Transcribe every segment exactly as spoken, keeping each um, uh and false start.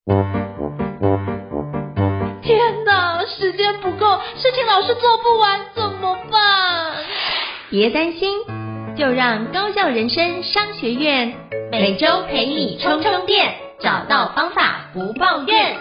天哪，时间不够，事情老是做不完，怎么办？ 别担心，就让高效人生商学院每周陪你充充电，找到方法不抱怨。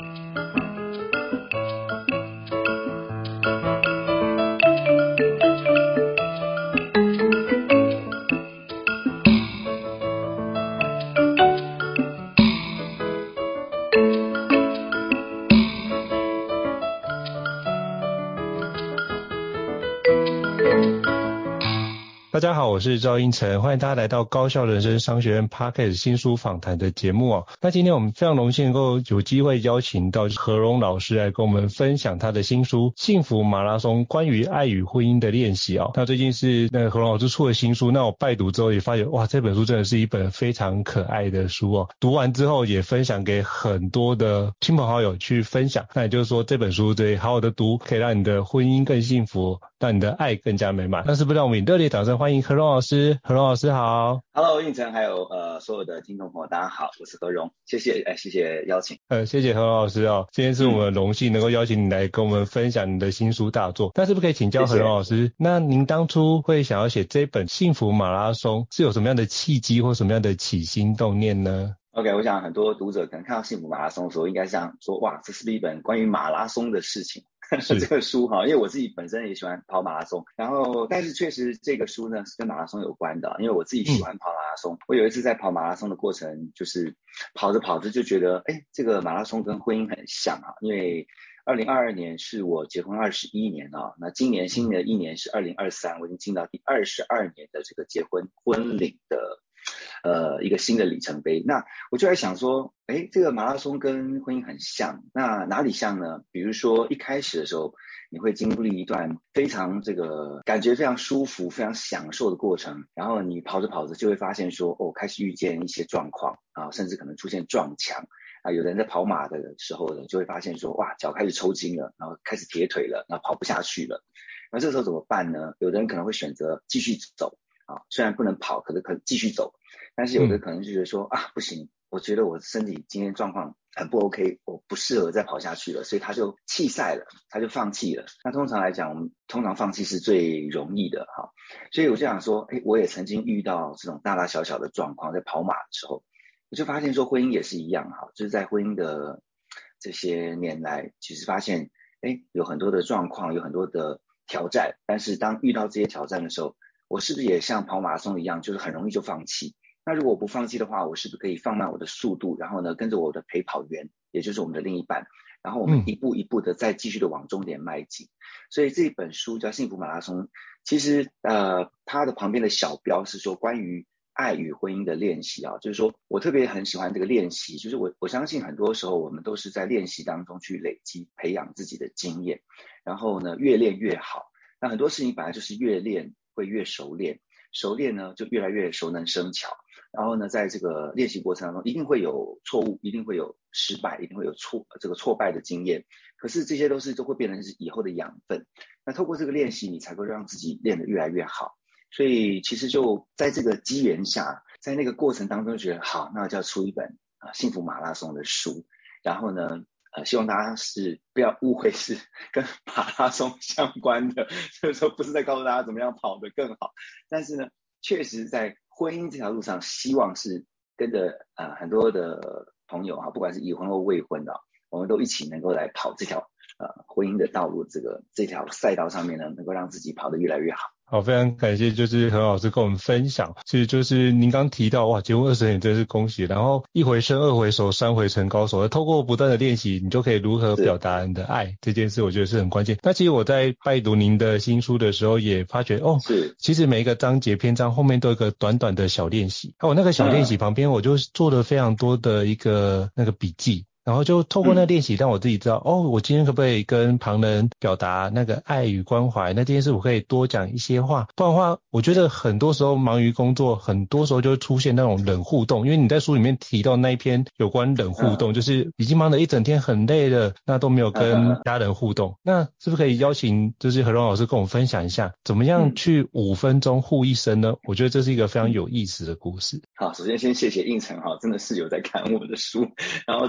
大家好，我是赵英成，欢迎大家来到高效人生商学院 Podcast 新书访谈的节目哦。那今天我们非常荣幸能够有机会邀请到何荣老师来跟我们分享他的新书《幸福马拉松：关于爱与婚姻的练习》哦。那最近是那个何荣老师出的新书，那我拜读之后也发现，哇，这本书真的是一本非常可爱的书哦。读完之后也分享给很多的亲朋好友去分享。那也就是说，这本书对好好的读，可以让你的婚姻更幸福，让你的爱更加美满。那是不是让我们以热烈掌声欢迎何荣老师？何荣老师好。 Hello， 应成还有呃所有的听众朋友，大家好，我是何荣，谢谢哎谢谢邀请。 呃，谢谢何荣老师哦，今天是我们的荣幸能够邀请你来跟我们分享你的新书大作。那是不是可以请教何荣老师，那您当初会想要写这本幸福马拉松，是有什么样的契机或什么样的起心动念呢 ？OK， 我想很多读者可能看到幸福马拉松的时候，应该想说，哇，这是不是一本关于马拉松的事情？这个书哈，因为我自己本身也喜欢跑马拉松，然后但是确实这个书呢是跟马拉松有关的，因为我自己喜欢跑马拉松。嗯、我有一次在跑马拉松的过程，就是跑着跑着就觉得，哎，这个马拉松跟婚姻很像啊，因为二零二二年是我结婚二十一年啊，那今年新的一年是二零二三，我已经进到第二十二年的这个结婚婚龄的。呃，一个新的里程碑。那我就在想说，哎，这个马拉松跟婚姻很像，那哪里像呢？比如说一开始的时候，你会经历一段非常这个感觉非常舒服、非常享受的过程，然后你跑着跑着就会发现说，哦，开始遇见一些状况啊，甚至可能出现撞墙啊。有的人在跑马的时候呢，就会发现说，哇，脚开始抽筋了，然后开始铁腿了，然后跑不下去了。那这时候怎么办呢？有的人可能会选择继续走。啊，虽然不能跑，可是可以继续走，但是有的可能就觉得说、嗯、啊，不行，我觉得我身体今天状况很不 OK， 我不适合再跑下去了，所以他就弃赛了，他就放弃了。那通常来讲，我们通常放弃是最容易的哈，所以我就想说，哎，我也曾经遇到这种大大小小的状况，在跑马的时候，我就发现说婚姻也是一样哈，就是在婚姻的这些年来，其实发现，哎，有很多的状况，有很多的挑战，但是当遇到这些挑战的时候，我是不是也像跑马拉松一样，就是很容易就放弃？那如果我不放弃的话，我是不是可以放慢我的速度，然后呢，跟着我的陪跑员，也就是我们的另一半，然后我们一步一步的再继续的往终点迈进。嗯、所以这本书叫《幸福马拉松》，其实呃，它的旁边的小标是说关于爱与婚姻的练习啊，就是说我特别很喜欢这个练习，就是我我相信很多时候我们都是在练习当中去累积、培养自己的经验，然后呢，越练越好。那很多事情本来就是越练会越熟练，熟练呢就越来越熟能生巧。然后呢，在这个练习过程当中，一定会有错误，一定会有失败，一定会有挫这个挫败的经验。可是这些都是都会变成是以后的养分。那透过这个练习，你才会让自己练得越来越好。所以其实就在这个机缘下，在那个过程当中觉得好，那就要出一本啊幸福马拉松的书。然后呢，呃，希望大家是不要误会是跟马拉松相关的，就是说不是在告诉大家怎么样跑得更好，但是呢，确实在婚姻这条路上，希望是跟着呃很多的朋友哈，不管是已婚或未婚的，我们都一起能够来跑这条呃婚姻的道路，这个这条赛道上面呢，能够让自己跑得越来越好。 好，非常感谢，就是何老师跟我们分享，其实就是您刚提到，哇，结婚二十年真是恭喜，然后一回生二回熟三回成高手，透过不断的练习，你就可以如何表达你的爱这件事，我觉得是很关键。那其实我在拜读您的新书的时候，也发觉哦， 是， 其实每一个章节篇章后面都有一个短短的小练习，哦，那个小练习旁边我就做了非常多的一个那个笔记。然后就透过那练习让我自己知道、嗯、哦，我今天可不可以跟旁人表达那个爱与关怀，那这件事我可以多讲一些话，不然的话我觉得很多时候忙于工作，很多时候就会出现那种冷互动，因为你在书里面提到那一篇有关冷互动、嗯、就是已经忙了一整天很累了，那都没有跟家人互动、嗯、那是不是可以邀请就是何荣老师跟我们分享一下怎么样去五分钟护一生呢、嗯、我觉得这是一个非常有意思的故事。 好，首先先谢谢应成哈，真的是有在看我的书，然后真的也看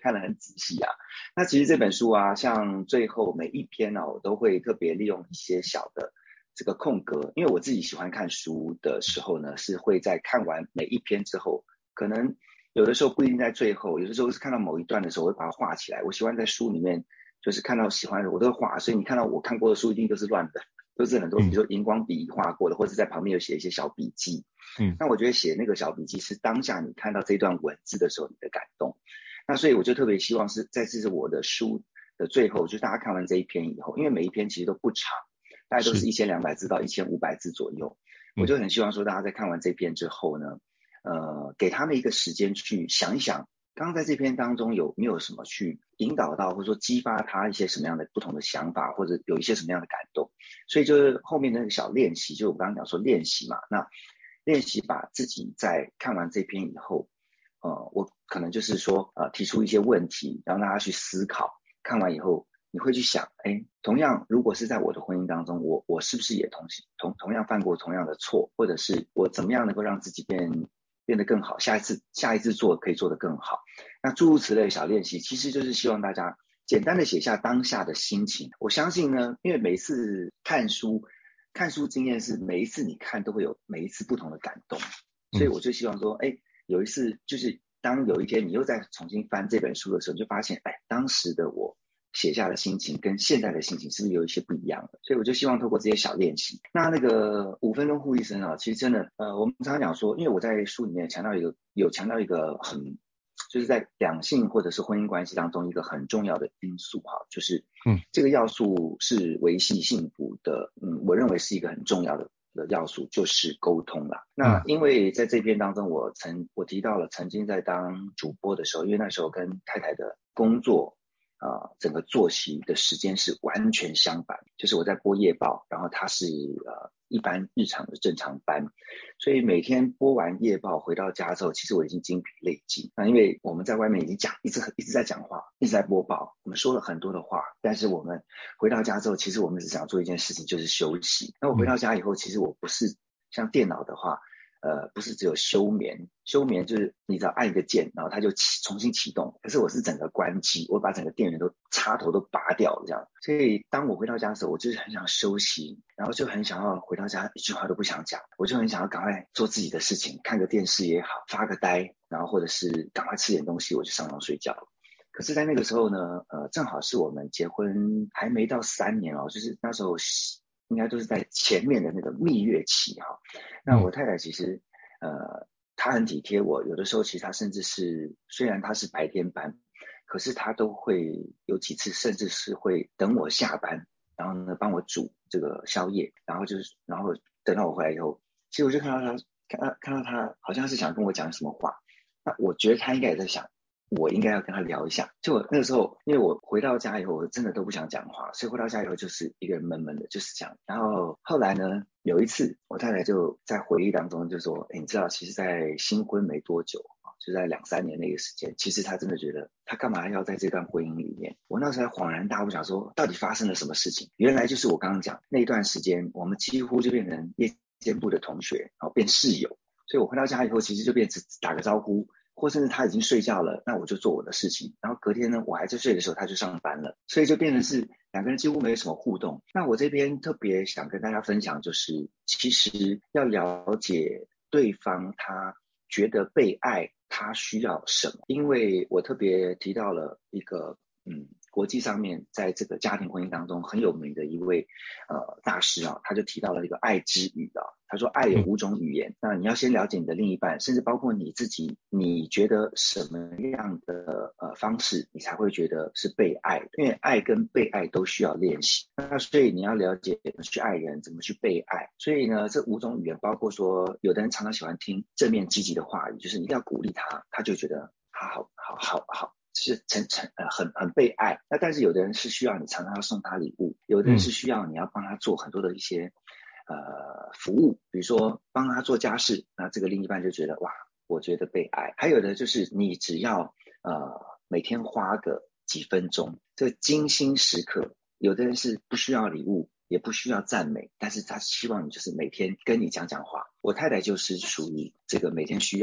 看得很仔细啊。那其实这本书啊，像最后每一篇呢、啊，我都会特别利用一些小的这个空格，因为我自己喜欢看书的时候呢，是会在看完每一篇之后，可能有的时候不一定在最后，有的时候是看到某一段的时候，我会把它画起来。我喜欢在书里面就是看到喜欢的我都会画，所以你看到我看过的书一定都是乱的，都是很多比如说荧光笔画过的，或者在旁边有写一些小笔记。嗯，那我觉得写那个小笔记是当下你看到这段文字的时候你的感动。那所以我就特别希望是在这是我的书的最后，就是大家看完这一篇以后，因为每一篇其实都不长，大概都是一千两百字到一千五百字左右，我就很希望说大家在看完这篇之后呢，呃，给他们一个时间去想一想，刚刚在这篇当中有没有什么去引导到，或者说激发他一些什么样的不同的想法，或者有一些什么样的感动。所以就是后面那个小练习，就我刚刚讲说练习嘛，那练习把自己在看完这篇以后，呃，我可能就是说呃提出一些问题，让大家去思考。看完以后，你会去想，哎，同样如果是在我的婚姻当中，我我是不是也同同同样犯过同样的错，或者是我怎么样能够让自己变变得更好，下一次下一次做可以做得更好。那诸如此类的小练习，其实就是希望大家简单的写下当下的心情。我相信呢，因为每一次看书，看书经验是每一次你看都会有每一次不同的感动，所以我就希望说，哎，有一次就是当有一天你又再重新翻这本书的时候，你就发现，哎，当时的我写下的心情跟现在的心情是不是有一些不一样的？所以我就希望透过这些小练习。那那个五分钟护一生啊，其实真的，呃，我们常常讲说，因为我在书里面强调一个，有强调一个很，就是在两性或者是婚姻关系当中一个很重要的因素哈，就是，嗯，这个要素是维系幸福的，嗯，我认为是一个很重要的。的要素就是沟通啦。那因为在这篇当中，我曾我提到了曾经在当主播的时候，因为那时候跟太太的工作啊、呃，整个作息的时间是完全相反，就是我在播夜报，然后他是呃一般日常的正常班，所以每天播完夜报回到家之后，其实我已经精疲力尽。那因为我们在外面已经讲一直一直在讲话，一直在播报，我们说了很多的话，但是我们回到家之后，其实我们只想做一件事情，就是休息。那我回到家以后，其实我不是像电脑的话。呃，不是只有休眠，休眠就是你只要按一个键，然后它就启重新启动。可是我是整个关机，我把整个电源都插头都拔掉这样。所以当我回到家的时候，我就是很想休息，然后就很想要回到家一句话都不想讲，我就很想要赶快做自己的事情，看个电视也好，发个呆，然后或者是赶快吃点东西，我就上床睡觉了。可是在那个时候呢，呃，正好是我们结婚还没到三年哦，就是那时候应该都是在前面的那个蜜月期哈。那我太太其实呃她很体贴我，有的时候其实她甚至是虽然她是白天班，可是她都会有几次甚至是会等我下班，然后呢帮我煮这个宵夜，然后就是然后等到我回来以后，其实我就看到她看到看到她好像是想跟我讲什么话，那我觉得她应该也在想。我应该要跟他聊一下，就我那个时候，因为我回到家以后，我真的都不想讲话，所以回到家以后就是一个人闷闷的，就是这样。然后后来呢，有一次我太太就在回忆当中就说：“哎，你知道，其实，在新婚没多久啊，就在两三年那个时间，其实她真的觉得，她干嘛要在这段婚姻里面？”我那时候还恍然大悟，想说，到底发生了什么事情？原来就是我刚刚讲那一段时间，我们几乎就变成夜间部的同学，然后变室友。所以我回到家以后，其实就变成打个招呼。或甚至他已经睡觉了，那我就做我的事情。然后隔天呢，我还在睡的时候，他就上班了，所以就变成是两个人几乎没有什么互动。那我这边特别想跟大家分享，就是其实要了解对方他觉得被爱，他需要什么。因为我特别提到了一个嗯，国际上面在这个家庭婚姻当中很有名的一位呃大师啊，他就提到了一个爱之语啊。他说爱有五种语言，那你要先了解你的另一半，甚至包括你自己，你觉得什么样的呃方式你才会觉得是被爱的？因为爱跟被爱都需要练习，那所以你要了解怎么去爱人，怎么去被爱。所以呢，这五种语言包括说，有的人常常喜欢听正面积极的话语，就是你一定要鼓励他，他就觉得他好好好好是成成呃很很被爱。那但是有的人是需要你常常要送他礼物，有的人是需要你要帮他做很多的一些呃服务，比如说帮他做家事，那这个另一半就觉得哇，我觉得被爱。还有的就是你只要呃每天花个几分钟，这个精心时刻，有的人是不需要礼物，也不需要赞美，但是他希望你就是每天跟你讲讲话。我太太就是属于这个每天需要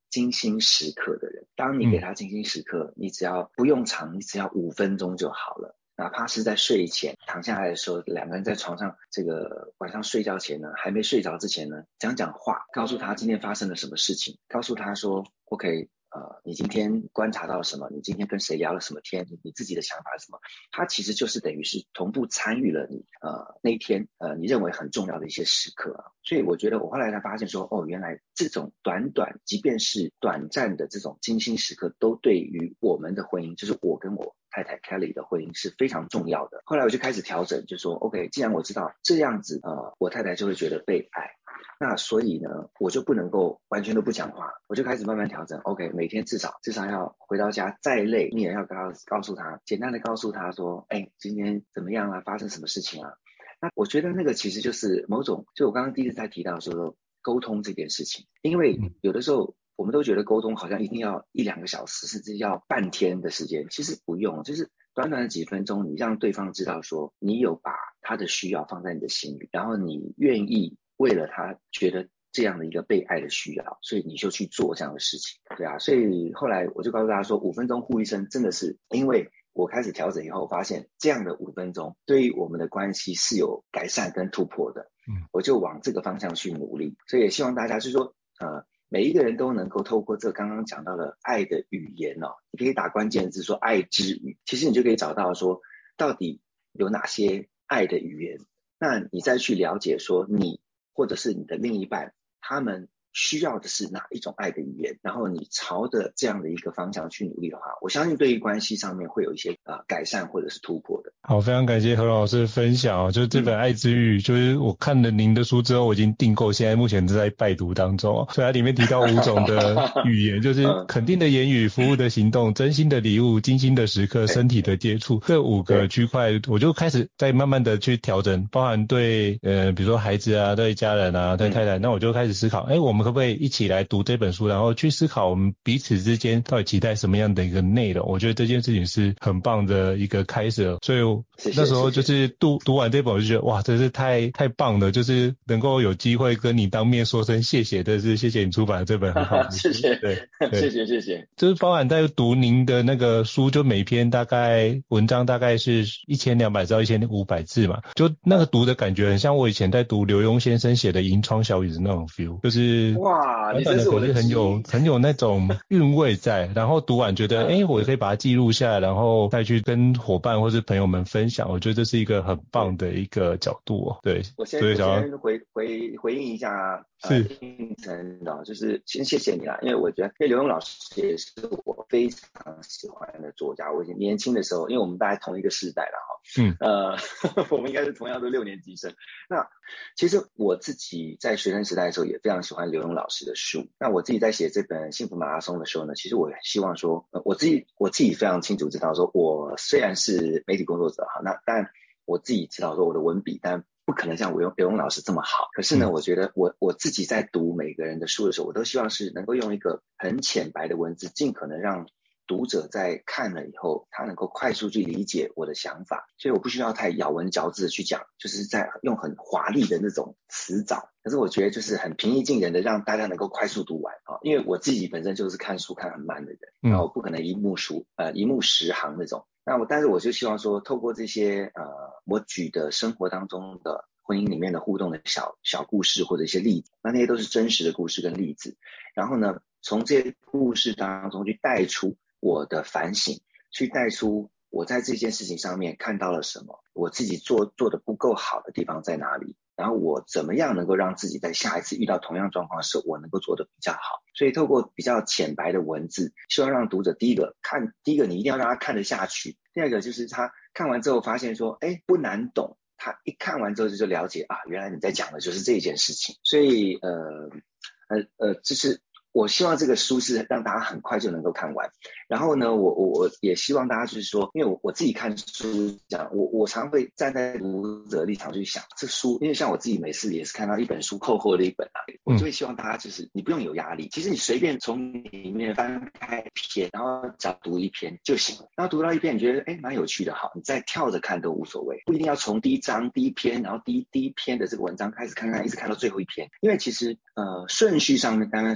精心时刻的人。当你给他精心时刻，你只要不用长，你只要五分钟就好了。哪怕是在睡前躺下来的时候，两个人在床上，这个晚上睡觉前呢，还没睡着之前呢，讲讲话，告诉他今天发生了什么事情，告诉他说 OK， 呃，你今天观察到了什么，你今天跟谁聊了什么天，你自己的想法是什么，他其实就是等于是同步参与了你呃那一天呃你认为很重要的一些时刻啊。所以我觉得我后来才发现说，哦，原来这种短短即便是短暂的这种精心时刻，都对于我们的婚姻，就是我跟我太太 Kelly 的婚姻是非常重要的。后来我就开始调整，就说 OK， 既然我知道这样子呃我太太就会觉得被爱，那所以呢我就不能够完全都不讲话，我就开始慢慢调整。 OK， 每天至少至少要回到家再累你也要告告诉他，简单的告诉他说，哎，今天怎么样啊，发生什么事情啊。那我觉得那个其实就是某种，就我刚刚第一次在提到说沟通这件事情，因为有的时候我们都觉得沟通好像一定要一两个小时甚至要半天的时间，其实不用，就是短短的几分钟，你让对方知道说你有把他的需要放在你的心里，然后你愿意为了他觉得这样的一个被爱的需要，所以你就去做这样的事情。对啊，所以后来我就告诉大家说，五分钟呼一声真的是，因为我开始调整以后发现这样的五分钟对于我们的关系是有改善跟突破的，嗯，我就往这个方向去努力。所以也希望大家就是说呃每一个人都能够透过这刚刚讲到的爱的语言哦，你可以打关键字说爱之语，其实你就可以找到说到底有哪些爱的语言，那你再去了解说你或者是你的另一半他们需要的是哪一种爱的语言，然后你朝着这样的一个方向去努力的话，我相信对于关系上面会有一些呃改善或者是突破的。 好，非常感谢何老师的分享哦。就是这本《爱之语》，嗯，就是我看了您的书之后，我已经订购，现在目前正在拜读当中。所以它里面提到五种的语言，就是肯定的言语、服务的行动、真心的礼物、精心的时刻、身体的接触，这五个区块，我就开始在慢慢的去调整，包含对呃，比如说孩子啊、对家人啊、对太太，嗯，那我就开始思考，哎，我们可不可以一起来读这本书，然后去思考我们彼此之间到底期待什么样的一个内容？我觉得这件事情是很棒的一个开始，所以那时候就是读读完这本，我就觉得哇，真是太太棒了，就是能够有机会跟你当面说声谢谢，真是谢谢你出版了这本很好的书。 谢谢， 对， 谢谢谢谢。 就是包含在读您的那个书，就每篇大概文章大概是一千两百到一千五百字嘛，就那个读的感觉很像我以前在读刘墉先生写的《银窗小雨》的那种 feel， 就是哇，你这是我的很有很有那种韵味在，然后读完觉得哎，我可以把它记录下来，然后再去跟伙伴或是朋友们分享，我觉得这是一个很棒的一个角度哦。对， 我先我先回回回应一下呃应成的，就是先谢谢你啦，因为我觉得因为刘墉老师也是我非常喜欢的作家，我以前年轻的时候，因为我们大概同一个世代了哈，嗯，呃我们应该是同样的六年级生。那其实我自己在学生时代的时候也非常喜欢刘墉老师的书，那我自己在写这本幸福马拉松的时候呢，其实我希望说、呃、我自己我自己非常清楚知道说，我虽然是媒体工作者哈，那但我自己知道说我的文笔但不可能像刘墉老师这么好，可是呢，我觉得我我自己在读每个人的书的时候，我都希望是能够用一个很浅白的文字，尽可能让读者在看了以后，他能够快速去理解我的想法，所以我不需要太咬文嚼字的去讲，就是在用很华丽的那种词藻，可是我觉得就是很平易近人的，让大家能够快速读完啊。因为我自己本身就是看书看很慢的人，然后我不可能一目熟呃一目十行那种。那我但是我就希望说，透过这些呃我举的生活当中的婚姻里面的互动的小小故事或者一些例子，那那些都是真实的故事跟例子，然后呢，从这些故事当中去带出我的反省，去带出我在这件事情上面看到了什么，我自己做做的不够好的地方在哪里，然后我怎么样能够让自己在下一次遇到同样状况的时候，我能够做得比较好。所以透过比较浅白的文字，希望让读者第一个看，第一个你一定要让他看得下去，第二个就是他看完之后发现说，哎，不难懂，他一看完之后就了解啊，原来你在讲的就是这件事情。所以呃呃呃，就是我希望这个书是让大家很快就能够看完，然后呢，我我我也希望大家就是说，因为我我自己看书讲，我我常会站在读者立场去想，这书，因为像我自己每次也是看到一本书厚厚的一本啊，我就会希望大家就是你不用有压力，其实你随便从里面翻开一篇，然后只要读一篇就行了，然后读到一篇你觉得哎蛮有趣的，好，你再跳着看都无所谓，不一定要从第一章第一篇，然后第一第一篇的这个文章开始看看，一直看到最后一篇，因为其实呃顺序上面当然是有逻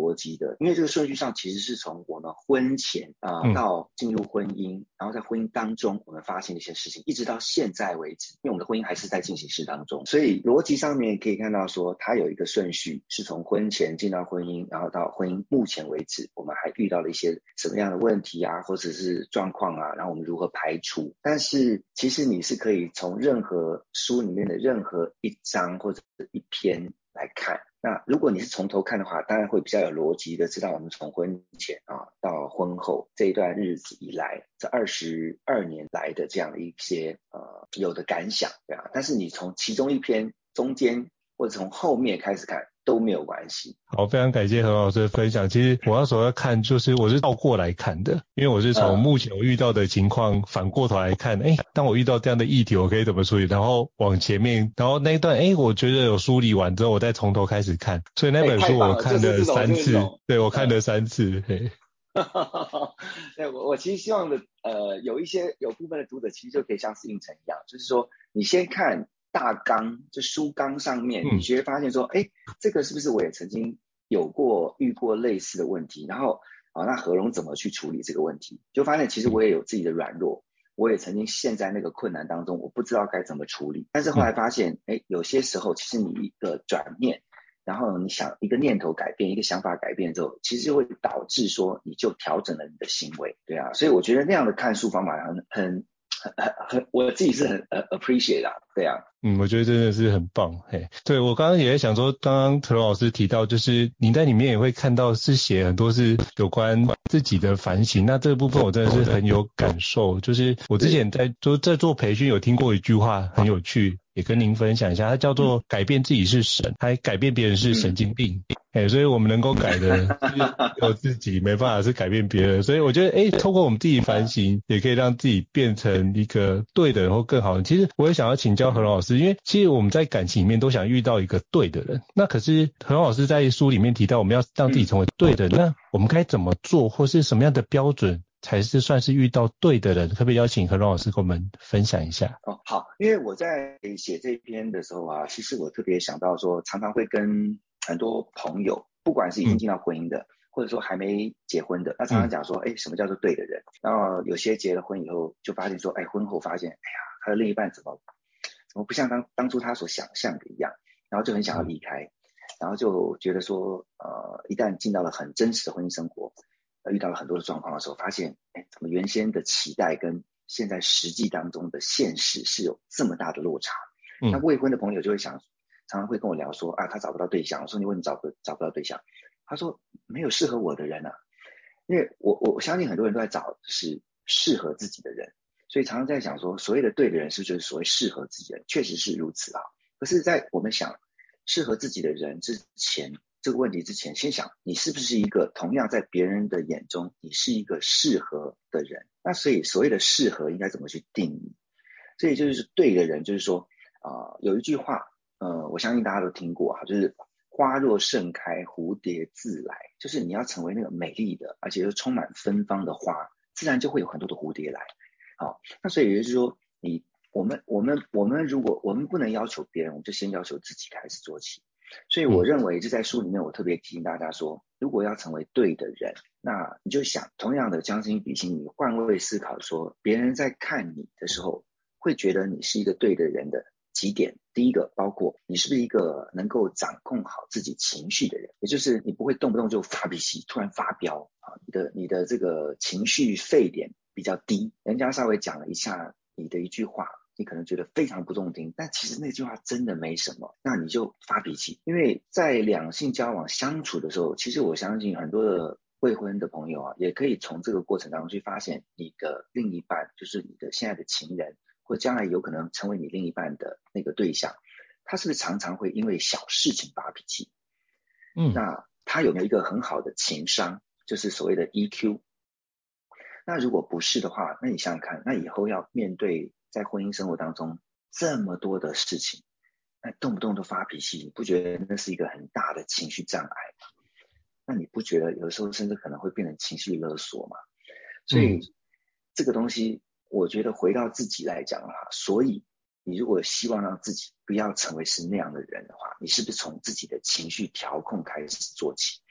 逻辑的，因为这个顺序上其实是从我们婚前啊、呃、到进入婚姻，然后在婚姻当中我们发现的一些事情，一直到现在为止，因为我们的婚姻还是在进行式当中，所以逻辑上面可以看到说它有一个顺序，是从婚前进到婚姻，然后到婚姻目前为止，我们还遇到了一些什么样的问题啊，或者是状况啊，然后我们如何排除。但是其实你是可以从任何书里面的任何一章或者一篇来看，那如果你是从头看的话，当然会比较有逻辑的知道我们从婚前啊到婚后这一段日子以来，这二十二年来的这样的一些呃有的感想，对啊。但是你从其中一篇中间或者从后面开始看都没有关系。 好，非常感谢何老师的分享。其实我那时候要看，就是我是倒过来看的，因为我是从目前我遇到的情况反过头来看，哎、嗯，当我遇到这样的议题，我可以怎么处理？然后往前面，然后那一段，哎，我觉得有梳理完之后，我再从头开始看。所以那本书我看了三次， 就是、 对我看了三次。嘿对，我我其实希望的，呃，有一些有部分的读者其实就可以像是应成一样，就是说你先看大纲，就书纲上面，你就会发现说，哎、嗯，这个是不是我也曾经有过遇过类似的问题？然后啊，那何荣怎么去处理这个问题？就发现其实我也有自己的软弱，我也曾经陷在那个困难当中，我不知道该怎么处理。但是后来发现，哎，有些时候其实你一个转念，然后你想一个念头改变，一个想法改变之后，其实会导致说你就调整了你的行为，对啊。所以我觉得那样的看书方法很很很很，我自己是很呃 appreciate 啊，对啊。 嗯，我觉得真的是很棒。嘿，对，我刚刚也在想说，刚刚何荣老师提到，就是你在里面也会看到是写很多是有关自己的反省，那这个部分我真的是很有感受。就是我之前在做在做培训有听过一句话很有趣，也跟您分享一下，它叫做改变自己是神，还改变别人是神经病。哎，所以我们能够改的是有自己，没办法是改变别人。所以我觉得，哎，透过我们自己反省，也可以让自己变成一个对的人或更好的人。其实我也想要请教何荣老师，因为其实我们在感情里面都想遇到一个对的人。那可是何荣老师在书里面提到，我们要让自己成为对的人，那我们该怎么做，或是什么样的标准才是算是遇到对的人？可不可以邀请何荣老师跟我们分享一下？ 哦，好，因为我在写这篇的时候啊，其实我特别想到说，常常会跟很多朋友，不管是已经进到婚姻的，嗯、或者说还没结婚的，那常常讲说，哎，什么叫做对的人？然后有些结了婚以后，就发现说，哎，婚后发现，哎呀，他的另一半怎么怎么不像当当初他所想象的一样，然后就很想要离开，然后就觉得说，呃，一旦进到了很真实的婚姻生活，呃，遇到了很多的状况的时候，发现，哎，怎么原先的期待跟现在实际当中的现实是有这么大的落差？嗯、那未婚的朋友就会想，常常会跟我聊说，啊，他找不到对象。我说你为什么找不找不到对象？他说没有适合我的人啊，因为我我相信很多人都在找是适合自己的人，所以常常在想说，所谓的对的人是不是就是所谓适合自己的人？确实是如此啊。可是，在我们想适合自己的人之前，这个问题之前，先想你是不是一个同样在别人的眼中你是一个适合的人？那所以所谓的适合应该怎么去定义？所以就是对的人，就是说啊、呃，有一句话，呃，我相信大家都听过啊，就是花若盛开，蝴蝶自来。就是你要成为那个美丽的，而且又充满芬芳的花，自然就会有很多的蝴蝶来。好，那所以也就是说，你我们我们我们如果我们不能要求别人，我们就先要求自己开始做起。所以我认为就在书里面，我特别提醒大家说，如果要成为对的人，那你就想同样的将心比心，你换位思考说，别人在看你的时候，会觉得你是一个对的人的几点。第一个，包括你是不是一个能够掌控好自己情绪的人，也就是你不会动不动就发脾气，突然发飙啊，你的你的这个情绪沸点比较低，人家稍微讲了一下你的一句话，你可能觉得非常不中听，但其实那句话真的没什么，那你就发脾气。因为在两性交往相处的时候，其实我相信很多的未婚的朋友啊，也可以从这个过程当中去发现你的另一半，就是你的现在的情人，或将来有可能成为你另一半的那个对象，他是不是常常会因为小事情发脾气？嗯，那他有没有一个很好的情商，就是所谓的 E Q？ 那如果不是的话，那你想想看，那以后要面对在婚姻生活当中这么多的事情，那动不动都发脾气，你不觉得那是一个很大的情绪障碍吗？那你不觉得有时候甚至可能会变成情绪勒索吗？所以、嗯、这个东西我觉得回到自己来讲的话，所以你如果希望让自己不要成为是那样的人的话，你是不是从自己的情绪调控开始做起？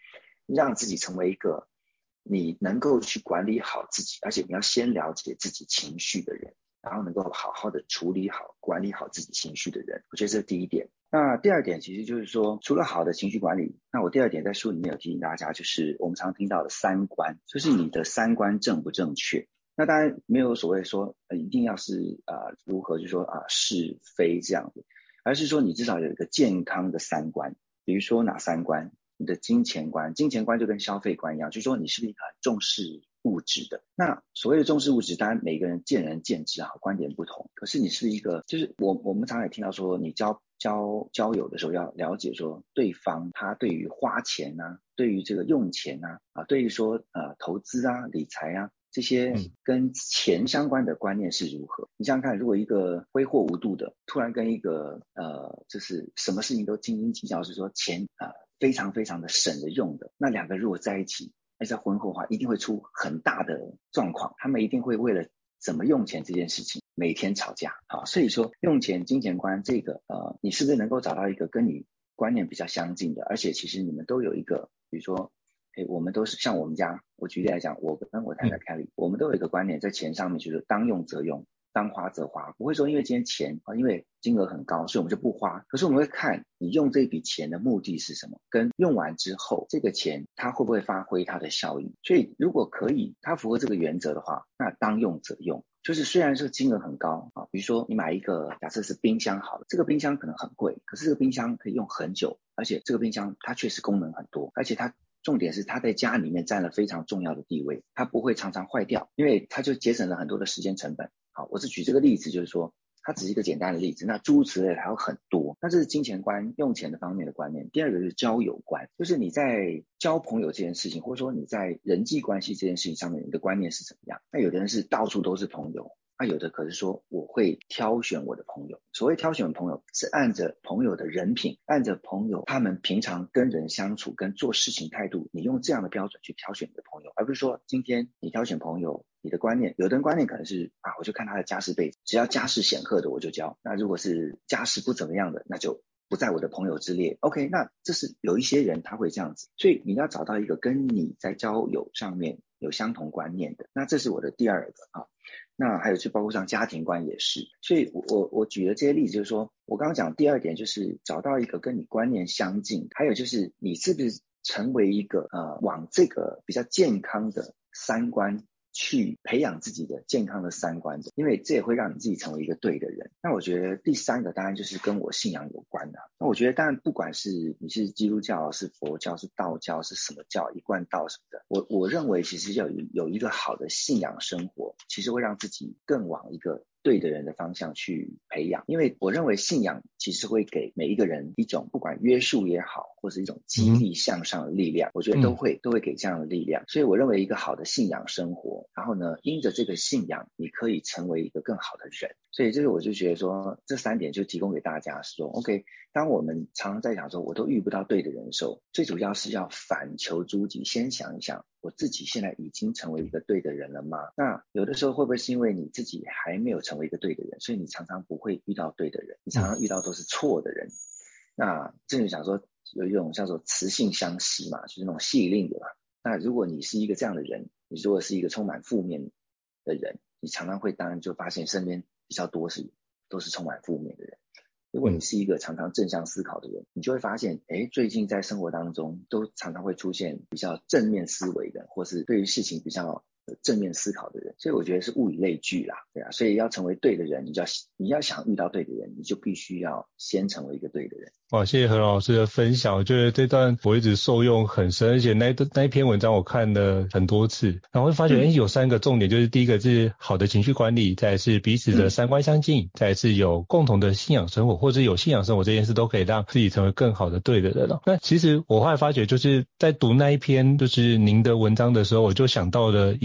让自己成为一个你能够去管理好自己，而且你要先了解自己情绪的人，然后能够好好的处理好管理好自己情绪的人，我觉得这是第一点。那第二点其实就是说，除了好的情绪管理，那我第二点在书里面有提醒大家，就是我们常听到的三观，就是你的三观正不正确。那当然没有所谓说、呃、一定要是呃如何就说啊、呃、是非这样子，而是说你至少有一个健康的三观。比如说哪三观？你的金钱观，金钱观就跟消费观一样，就是说你是不是一个很重视物质的。那所谓的重视物质，当然每个人见仁见智啊，观点不同。可是你是一个，就是我我们常常也听到说，你交交交友的时候要了解说对方他对于花钱啊，对于这个用钱啊，啊，对于说呃投资啊、理财啊。这些跟钱相关的观念是如何？你想想看，如果一个挥霍无度的，突然跟一个呃，就是什么事情都斤斤计较，是说钱呃非常非常的省着用的，那两个如果在一起，而在婚后的话，一定会出很大的状况，他们一定会为了怎么用钱这件事情每天吵架啊。所以说，用钱金钱观这个呃，你是不是能够找到一个跟你观念比较相近的，而且其实你们都有一个，比如说。诶，我们都是像我们家，我举例来讲，我跟我太太 Kelly，、嗯、我们都有一个观念，在钱上面就是当用则用，当花则花，不会说因为今天钱啊，因为金额很高，所以我们就不花。可是我们会看你用这笔钱的目的是什么，跟用完之后这个钱它会不会发挥它的效益。所以如果可以，它符合这个原则的话，那当用则用。就是虽然这个金额很高啊，比如说你买一个假设是冰箱好了，这个冰箱可能很贵，可是这个冰箱可以用很久，而且这个冰箱它确实功能很多，而且它重点是它在家里面占了非常重要的地位，它不会常常坏掉，因为它就节省了很多的时间成本。好，我是举这个例子，就是说它只是一个简单的例子，那诸如此类还有很多。那这是金钱观、用钱的方面的观念。第二个是交友观，就是你在交朋友这件事情，或者说你在人际关系这件事情上面，你的观念是怎么样？那有的人是到处都是朋友。那、啊、有的可是说我会挑选我的朋友，所谓挑选朋友是按着朋友的人品，按着朋友他们平常跟人相处跟做事情态度，你用这样的标准去挑选你的朋友，而不是说今天你挑选朋友，你的观念，有的人观念可能是啊，我就看他的家世背景，只要家世显赫的我就交，那如果是家世不怎么样的，那就不在我的朋友之列。 OK， 那这是有一些人他会这样子，所以你要找到一个跟你在交友上面有相同观念的，那这是我的第二个啊。那还有就包括像家庭观也是，所以我我我举的这些例子就是说，我刚刚讲第二点就是找到一个跟你观念相近，还有就是你是不是成为一个呃往这个比较健康的三观去培养自己的健康的三观的，因为这也会让你自己成为一个对的人。那我觉得第三个当然就是跟我信仰有关的。那我觉得当然不管是你是基督教是佛教是道教是什么教一贯道什么的，我我认为其实有有一个好的信仰生活，其实会让自己更往一个对的人的方向去培养。因为我认为信仰其实会给每一个人一种不管约束也好，或是一种激励向上的力量，我觉得都会都会给这样的力量。所以我认为一个好的信仰生活，然后呢因着这个信仰你可以成为一个更好的人。所以这个我就觉得说这三点就提供给大家说 OK， 当我们常常在讲说我都遇不到对的人的时候，最主要是要反求诸己，先想一想我自己现在已经成为一个对的人了吗？那有的时候会不会是因为你自己还没有成为一个对的人，所以你常常不会遇到对的人，你常常遇到都是错的人。那这就想说有一种叫做磁性相吸嘛，就是那种吸引力的嘛。那如果你是一个这样的人，你如果是一个充满负面的人，你常常会当然就发现身边比较多是都是充满负面的人。如果你是一个常常正向思考的人，你就会发现诶最近在生活当中都常常会出现比较正面思维的，或是对于事情比较正面思考的人。所以我觉得是物以类聚啦，对啊，所以要成为对的人，你就要你要想遇到对的人，你就必须要先成为一个对的人。 哇，谢谢何老师的分享，我觉得这段我一直受用很深，而且那那一篇文章我看了很多次，然后会发觉，哎、嗯，有三个重点，就是第一个是好的情绪管理，再来是彼此的三观相近，嗯、再来是有共同的信仰生活，或者是有信仰生活这件事都可以让自己成为更好的对的人了。那其实我后来发觉，就是在读那一篇就是您的文章的时候，我就想到了以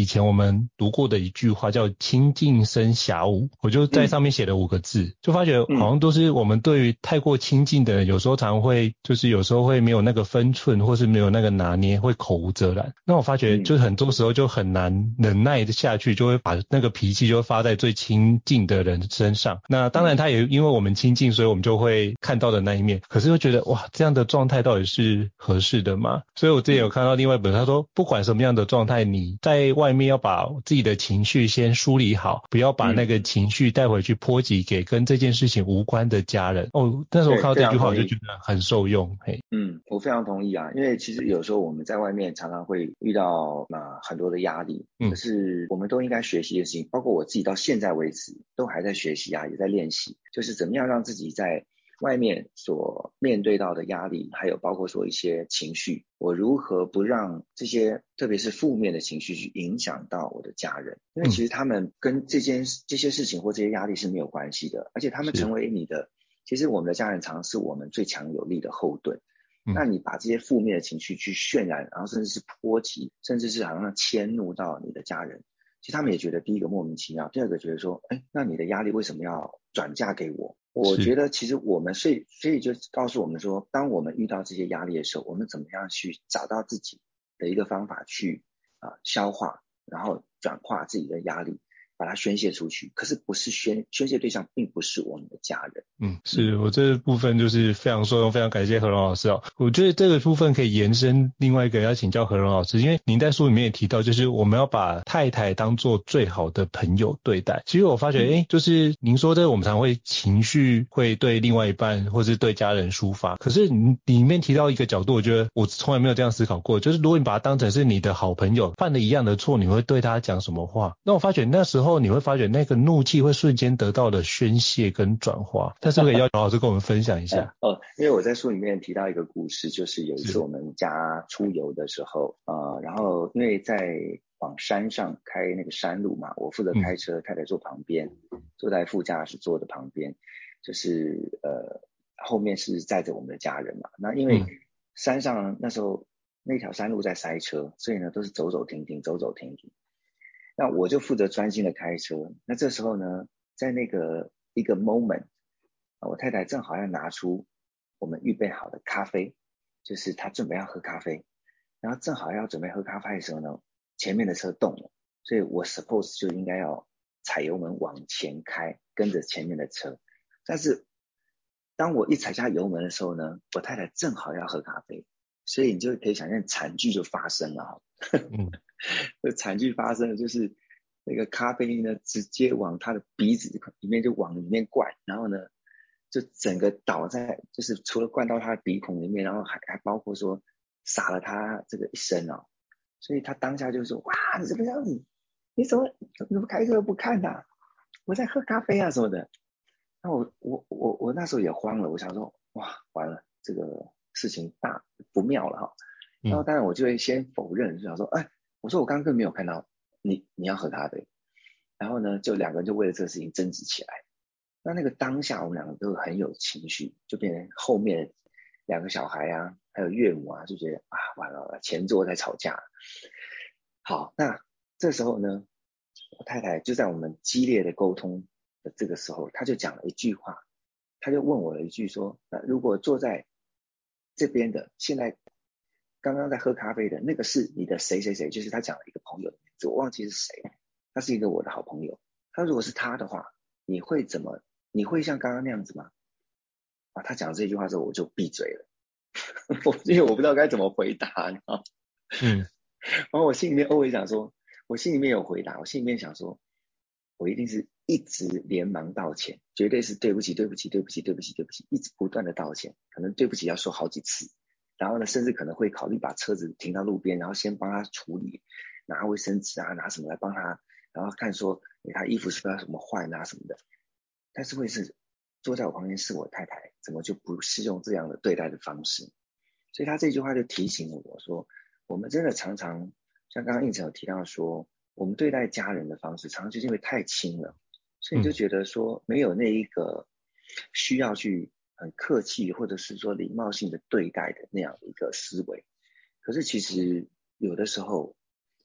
前我们读过的一句话叫清净生暇无，我就在上面写了五个字、嗯、就发觉好像都是我们对于太过亲近的人有时候常会就是有时候会没有那个分寸，或是没有那个拿捏，会口无遮拦。那我发觉就很多时候就很难忍耐下去，就会把那个脾气就会发在最亲近的人身上。那当然他也因为我们亲近，所以我们就会看到的那一面，可是会觉得哇，这样的状态到底是合适的吗？所以我之前有看到另外一本，他说不管什么样的状态，你在外面要把自己的情绪先梳理好，不要把那个情绪带回去波及给跟这件事情无关的家人。哦，那时候我看到这句话我就觉得很受用。嘿， 嗯，我非常同意啊，因为其实有时候我们在外面常常会遇到啊很多的压力，可是我们都应该学习的事情，包括我自己到现在为止都还在学习啊，也在练习，就是怎么样让自己在外面所面对到的压力，还有包括说一些情绪，我如何不让这些特别是负面的情绪去影响到我的家人，因为其实他们跟这件这些事情或这些压力是没有关系的，而且他们成为你的，其实我们的家人常常是我们最强有力的后盾。那你把这些负面的情绪去渲染，然后甚至是波及，甚至是好像迁怒到你的家人，其实他们也觉得第一个莫名其妙，第二个觉得说，哎，那你的压力为什么要转嫁给我？我觉得其实我们所以所以就告诉我们说，当我们遇到这些压力的时候，我们怎么样去找到自己的一个方法去啊、呃、消化，然后转化自己的压力，把它宣泄出去。可是不是宣宣泄对象并不是我们的家人。 嗯，是我这部分就是非常受用，非常感谢何荣老师哦。我觉得这个部分可以延伸另外一个要请教何荣老师，因为您在书里面也提到，就是我们要把太太当做最好的朋友对待。其实我发觉，诶，就是您说的，我们常会情绪会对另外一半或是对家人抒发，可是你里面提到一个角度，我觉得我从来没有这样思考过，就是如果你把他当成是你的好朋友，犯了一样的错，你会对他讲什么话？那我发觉那时候你会发觉那个怒气会瞬间得到了宣泄跟转化。但是可以邀请老师跟我们分享一下、 嗯、哦，因为我在书里面提到一个故事，就是有一次我们家出游的时候，呃，然后因为在往山上开那个山路嘛，我负责开车，太太坐旁边，坐在副驾驶座的旁边，就是呃后面是载着我们的家人嘛。那因为山上那时候那条山路在塞车，所以呢都是走走停停，走走停停。那我就负责专心的开车。那这时候呢，在那个一个 moment。我太太正好要拿出我们预备好的咖啡，就是她准备要喝咖啡，然后正好要准备喝咖啡的时候呢，前面的车动了，所以我 suppose 就应该要踩油门往前开，跟着前面的车。但是当我一踩下油门的时候呢，我太太正好要喝咖啡，所以你就可以想象惨剧就发生了。嗯，这惨剧发生了，就是那个咖啡呢直接往她的鼻子里面就往里面灌，然后呢就整个倒在，就是除了灌到他的鼻孔里面，然后还还包括说洒了他这个一身哦，所以他当下就说：哇，你这个样子，你怎么你怎么开车不看呐、啊？我在喝咖啡啊什么的。那我我我我那时候也慌了，我想说哇，完了，这个事情大不妙了哈。然后当然我就会先否认，就想说，哎，我说我刚刚根本没有看到你你要喝咖啡。然后呢，就两个人就为了这个事情争执起来。那那个当下我们两个都很有情绪，就变成后面两个小孩啊还有岳母啊就觉得啊完了完了，前座在吵架。好，那这时候呢，我太太就在我们激烈的沟通的这个时候，她就讲了一句话，她就问我了一句说，那如果坐在这边的现在刚刚在喝咖啡的那个是你的谁谁谁，就是她讲了一个朋友的名字，我忘记是谁，他是一个我的好朋友。他如果是他的话，你会怎么你会像刚刚那样子吗？啊，他讲这句话之后我就闭嘴了。因为我不知道该怎么回答，你知道？嗯，然后我心里面偶尔想说，我心里面有回答，我心里面想说，我一定是一直连忙道歉，绝对是对不起对不起对不起对不起对不起，一直不断的道歉，可能对不起要说好几次，然后呢甚至可能会考虑把车子停到路边，然后先帮他处理，拿卫生纸啊拿什么来帮他，然后看说他衣服是不是要什么换啊什么的。但是会是坐在我旁边是我太太，怎么就不是用这样的对待的方式？所以他这句话就提醒我说，我们真的常常像刚刚应成有提到说，我们对待家人的方式常常就是因为太亲了，所以你就觉得说没有那一个需要去很客气或者是说礼貌性的对待的那样的一个思维。可是其实有的时候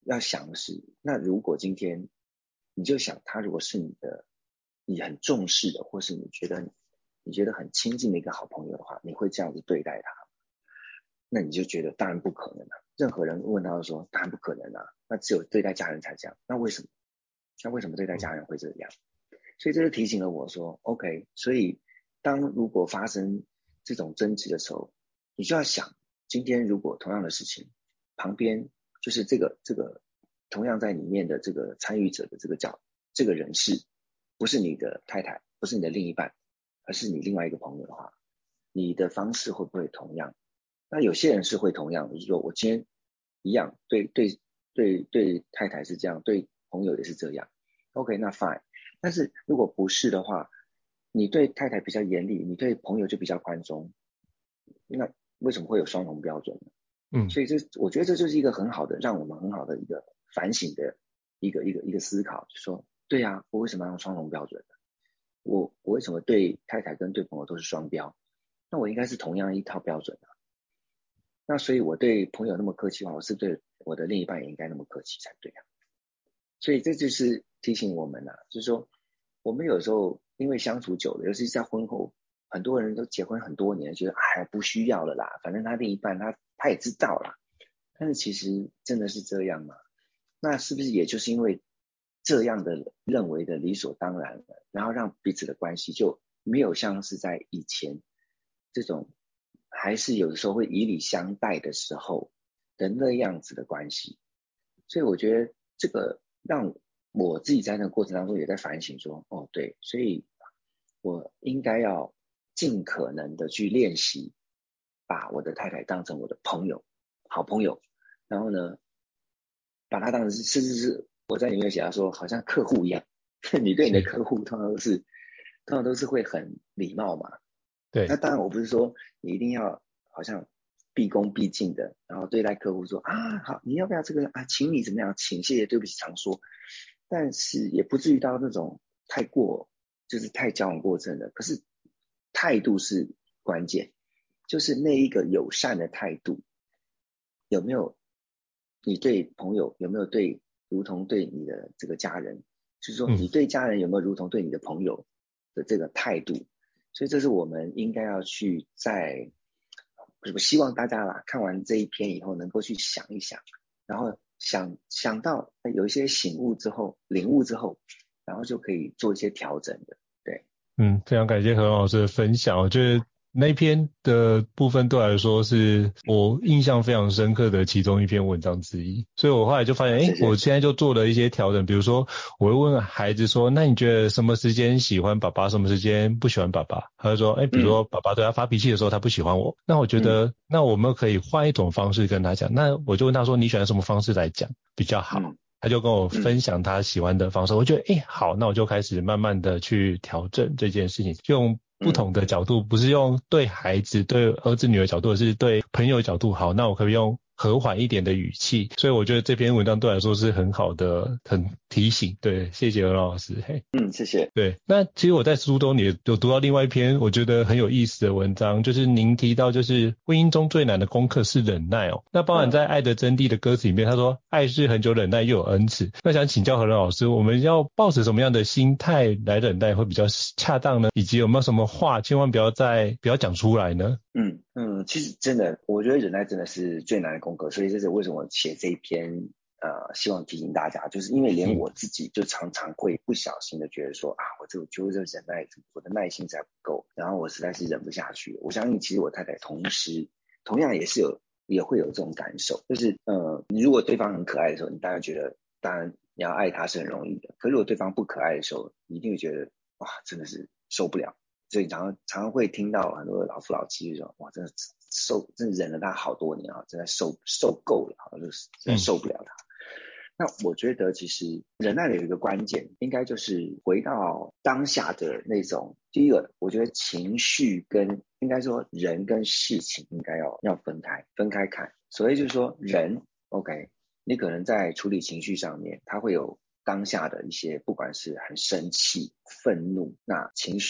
要想的是，那如果今天你就想他如果是你的你很重视的，或是你觉得你觉得很亲近的一个好朋友的话，你会这样子对待他？那你就觉得当然不可能啊。任何人问他都说当然不可能啊，那只有对待家人才这样。那为什么？那为什么对待家人会这样？所以这就提醒了我说 OK， 所以当如果发生这种争执的时候，你就要想，今天如果同样的事情旁边就是这个这个同样在里面的这个参与者的这个角这个人士不是你的太太，不是你的另一半，而是你另外一个朋友的话，你的方式会不会同样？那有些人是会同样，就是说我今天一样对对对对太太是这样，对朋友也是这样 OK 那 fine。 但是如果不是的话，你对太太比较严厉，你对朋友就比较宽松，那为什么会有双重标准呢？嗯，所以这我觉得这就是一个很好的让我们很好的一个反省的一个一个一个思考，就是说对啊，我为什么要用双重标准呢？我我为什么对太太跟对朋友都是双标？那我应该是同样一套标准啊。那所以我对朋友那么客气的话，我是对我的另一半也应该那么客气才对啊。所以这就是提醒我们啊，就是说我们有时候因为相处久了，尤其是在婚后，很多人都结婚很多年，觉得哎不需要了啦，反正他另一半他他也知道啦。但是其实真的是这样吗？那是不是也就是因为这样的认为的理所当然了，然后让彼此的关系就没有像是在以前这种还是有的时候会以礼相待的时候的那样子的关系？所以我觉得这个让我自己在那个过程当中也在反省说，哦对，所以我应该要尽可能的去练习把我的太太当成我的朋友好朋友，然后呢把她当成是甚至是我在里面写到说好像客户一样，你对你的客户通常都是通常都是会很礼貌嘛。对，那当然我不是说你一定要好像毕恭毕敬的，然后对待客户说啊好，你要不要这个啊，请你怎么样，请谢谢对不起常说，但是也不至于到那种太过就是太矫枉过正的。可是态度是关键，就是那一个友善的态度有没有，你对朋友有没有对如同对你的这个家人，就是说你对家人有没有如同对你的朋友的这个态度。所以这是我们应该要去在，我希望大家啦看完这一篇以后能够去想一想，然后想想到有一些醒悟之后领悟之后，然后就可以做一些调整的。对， 嗯，非常感谢何老师的分享。我觉得那篇的部分对我来说是我印象非常深刻的其中一篇文章之一，所以我后来就发现，诶，我现在就做了一些调整，比如说我会问孩子说，那你觉得什么时间喜欢爸爸，什么时间不喜欢爸爸？他就说，诶，比如说爸爸对他发脾气的时候他不喜欢我，那我觉得、嗯、那我们可以换一种方式跟他讲，那我就问他说，你喜欢什么方式来讲比较好？嗯，他就跟我分享他喜欢的方式、嗯、我觉得诶好，那我就开始慢慢的去调整这件事情，用不同的角度，不是用对孩子对儿子女儿角度，而是对朋友角度。好，那我可以用和缓一点的语气，所以我觉得这篇文章对我来说是很好的很提醒。对，谢谢何老师。嘿， 嗯，谢谢。 对，那其实我在书中也有读到另外一篇我觉得很有意思的文章，就是您提到就是婚姻中最难的功课是忍耐哦。那包含在《爱的真谛》的歌词里面，他说爱是很久忍耐又有恩慈。那想请教何老师，我们要抱持什么样的心态来忍耐会比较恰当呢？以及有没有什么话千万不要再不要讲出来呢？ 嗯嗯，其实真的，我觉得忍耐真的是最难的功课，所以这是为什么写这一篇。呃，希望提醒大家，就是因为连我自己就常常会不小心的觉得说、嗯、啊，我这我就是忍耐，我的耐心才不够，然后我实在是忍不下去。我相信其实我太太同时同样也是有也会有这种感受，就是呃，你如果对方很可爱的时候，你当然觉得当然你要爱他是很容易的，可是如果对方不可爱的时候，你一定会觉得哇，真的是受不了。所以常常常常会听到很多老夫老妻说，哇，真的受，真的忍了他好多年啊，真的受受够了，就是真的受不了他。嗯，那我觉得其实忍耐的有一个关键，应该就是回到当下的那种。第一个，我觉得情绪跟应该说人跟事情应该要要分开分开看。所以就是说人 OK， 你可能在处理情绪上面，他会有当下的一些不管是很生气、愤怒，那情绪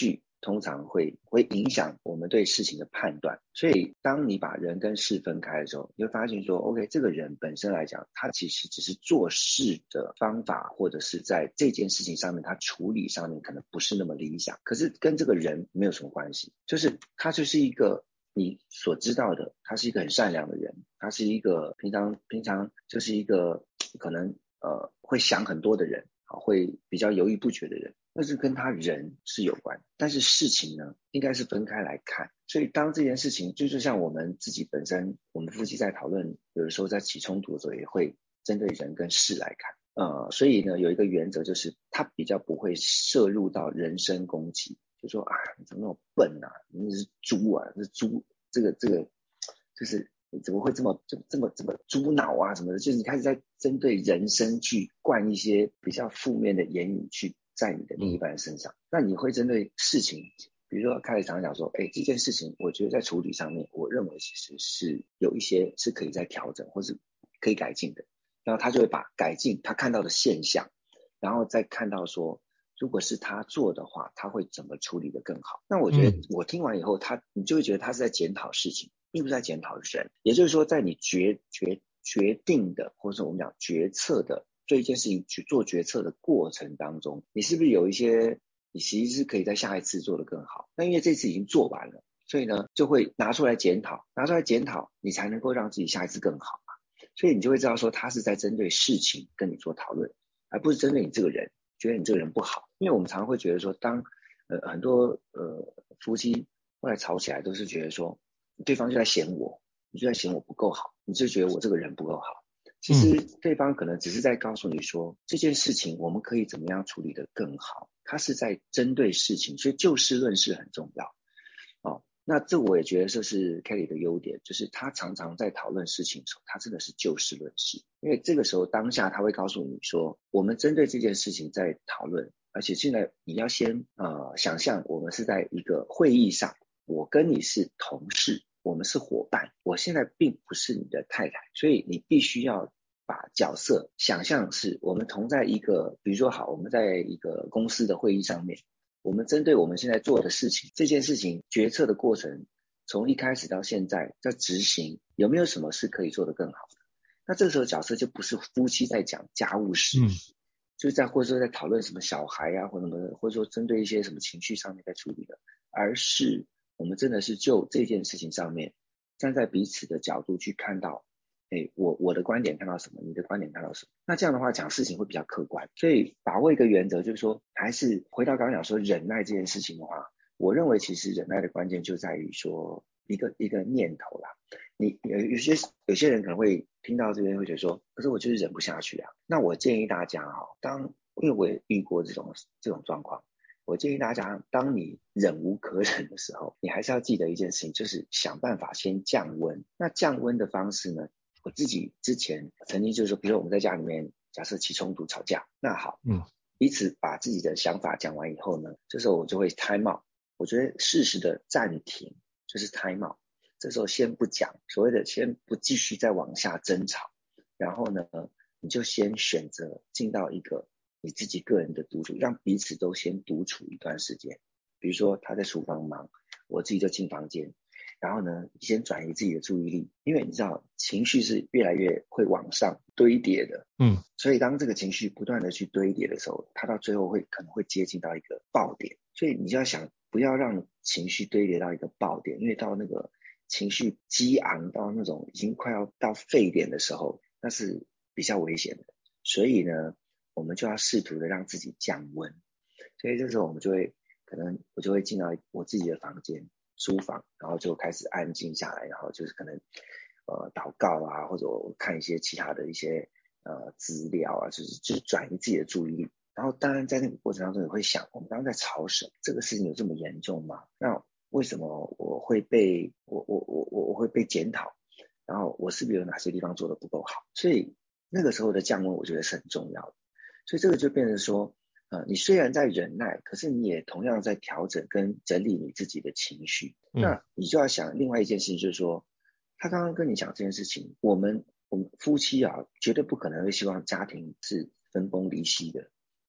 通常会会影响我们对事情的判断。所以当你把人跟事分开的时候，你会发现说 OK 这个人本身来讲，他其实只是做事的方法或者是在这件事情上面他处理上面可能不是那么理想，可是跟这个人没有什么关系，就是他就是一个你所知道的，他是一个很善良的人，他是一个平常平常就是一个可能呃会想很多的人，会比较犹豫不决的人，那是跟他人是有关，但是事情呢应该是分开来看。所以当这件事情就就像我们自己本身，我们夫妻在讨论，有的时候在起冲突的时候也会针对人跟事来看。呃，所以呢有一个原则，就是他比较不会涉入到人身攻击，就说啊你怎么那么笨啊，你是猪啊，是猪，这个这个就是你怎么会这么这这么这么猪脑啊什么的，就是你开始在针对人生去灌一些比较负面的言语去在你的另一半身上。那你会针对事情，比如说开始常讲说，哎，这件事情我觉得在处理上面，我认为其实是有一些是可以再调整或是可以改进的。然后他就会把改进他看到的现象，然后再看到说如果是他做的话他会怎么处理得更好。那我觉得我听完以后，他你就会觉得他是在检讨事情，并不是在检讨人。也就是说在你决决决定的或者我们讲决策的对一件事情去做决策的过程当中，你是不是有一些你其实是可以在下一次做得更好。那因为这次已经做完了，所以呢就会拿出来检讨，拿出来检讨你才能够让自己下一次更好。所以你就会知道说他是在针对事情跟你做讨论，而不是针对你这个人，觉得你这个人不好。因为我们常常会觉得说当呃很多呃夫妻后来吵起来都是觉得说对方就在嫌我，你就在嫌我不够好，你就觉得我这个人不够好。其实对方可能只是在告诉你说这件事情我们可以怎么样处理得更好，他是在针对事情，所以就事论事很重要。哦，那这我也觉得这是 Kelly 的优点，就是他常常在讨论事情的时候，他真的是就事论事。因为这个时候当下他会告诉你说，我们针对这件事情在讨论，而且现在你要先呃想象我们是在一个会议上，我跟你是同事，我们是伙伴，我现在并不是你的太太，所以你必须要把角色想象是我们同在一个，比如说好，我们在一个公司的会议上面，我们针对我们现在做的事情，这件事情决策的过程，从一开始到现在在执行，有没有什么是可以做得更好的？那这个时候角色就不是夫妻在讲家务事，嗯，就在或者说在讨论什么小孩啊或什么的，或者说针对一些什么情绪上面在处理的，而是我们真的是就这件事情上面站在彼此的角度去看到，哎，我我的观点看到什么，你的观点看到什么，那这样的话讲事情会比较客观。所以把握一个原则，就是说还是回到刚刚讲说忍耐这件事情的话，我认为其实忍耐的关键就在于说一个一个念头啦。你有有些有些人可能会听到这边会觉得说，可是我就是忍不下去啊。那我建议大家哈，当因为我也遇过这种这种状况，我建议大家，当你忍无可忍的时候，你还是要记得一件事情，就是想办法先降温。那降温的方式呢，我自己之前曾经就是说，比如说我们在家里面假设起冲突吵架，那好，嗯，彼此把自己的想法讲完以后呢，这时候我就会 time out， 我觉得适时的暂停就是 time out， 这时候先不讲，所谓的先不继续再往下争吵，然后呢你就先选择进到一个你自己个人的独处，让彼此都先独处一段时间。比如说他在厨房忙，我自己就进房间，然后呢先转移自己的注意力，因为你知道情绪是越来越会往上堆叠的，嗯，所以当这个情绪不断的去堆叠的时候，它到最后会可能会接近到一个爆点，所以你就要想不要让情绪堆叠到一个爆点，因为到那个情绪激昂到那种已经快要到沸点的时候，那是比较危险的。所以呢我们就要试图的让自己降温，所以这时候我们就会可能我就会进到我自己的房间书房，然后就开始安静下来，然后就是可能呃祷告啊，或者我看一些其他的一些呃资料啊，就是就是转移自己的注意力。然后当然在那个过程当中也会想，我们刚刚在吵什么？这个事情有这么严重吗？那为什么我会被我我我我我会被检讨？然后我是不是有哪些地方做得不够好？所以那个时候的降温我觉得是很重要的。所以这个就变成说呃，你虽然在忍耐，可是你也同样在调整跟整理你自己的情绪，嗯，那你就要想另外一件事情，就是说他刚刚跟你讲这件事情，我们我们夫妻啊绝对不可能会希望家庭是分崩离析的，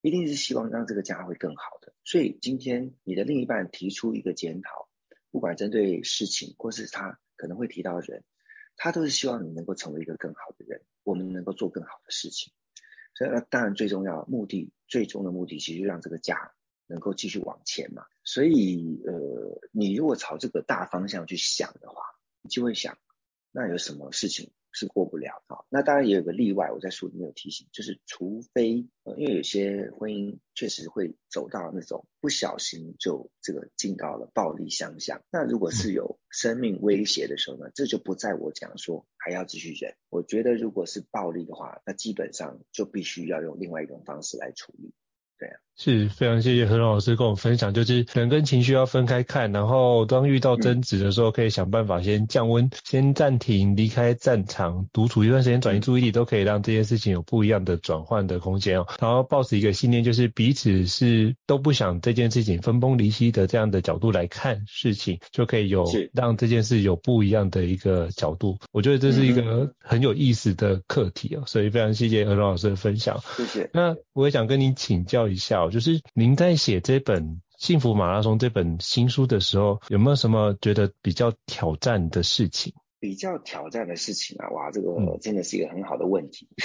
一定是希望让这个家会更好的。所以今天你的另一半提出一个检讨，不管针对事情或是他可能会提到人，他都是希望你能够成为一个更好的人，我们能够做更好的事情。所以当然最重要目的，最终的目的其实就让这个家能够继续往前嘛。所以呃，你如果朝这个大方向去想的话，你就会想那有什么事情是过不了的。那当然也有个例外，我在书里面有提醒，就是除非呃，因为有些婚姻确实会走到那种不小心就这个进到了暴力相向，那如果是有生命威胁的时候呢，这就不在我讲说还要继续忍。我觉得如果是暴力的话，那基本上就必须要用另外一种方式来处理。对啊， 是非常谢谢何荣老师跟我分享，就是人跟情绪要分开看，然后当遇到争执的时候，可以想办法先降温，先暂停，离开战场，独处一段时间，转移注意力，都可以让这件事情有不一样的转换的空间哦。然后抱持一个信念，就是彼此是都不想这件事情分崩离析的这样的角度来看事情，就可以有让这件事有不一样的一个角度。我觉得这是一个很有意思的课题哦，所以非常谢谢何荣老师的分享。 谢谢。 那我也想跟你请教一下，就是您在写这本《幸福马拉松》这本新书的时候，有没有什么觉得比较挑战的事情？ 比较挑战的事情啊，哇，这个真的是一个很好的问题。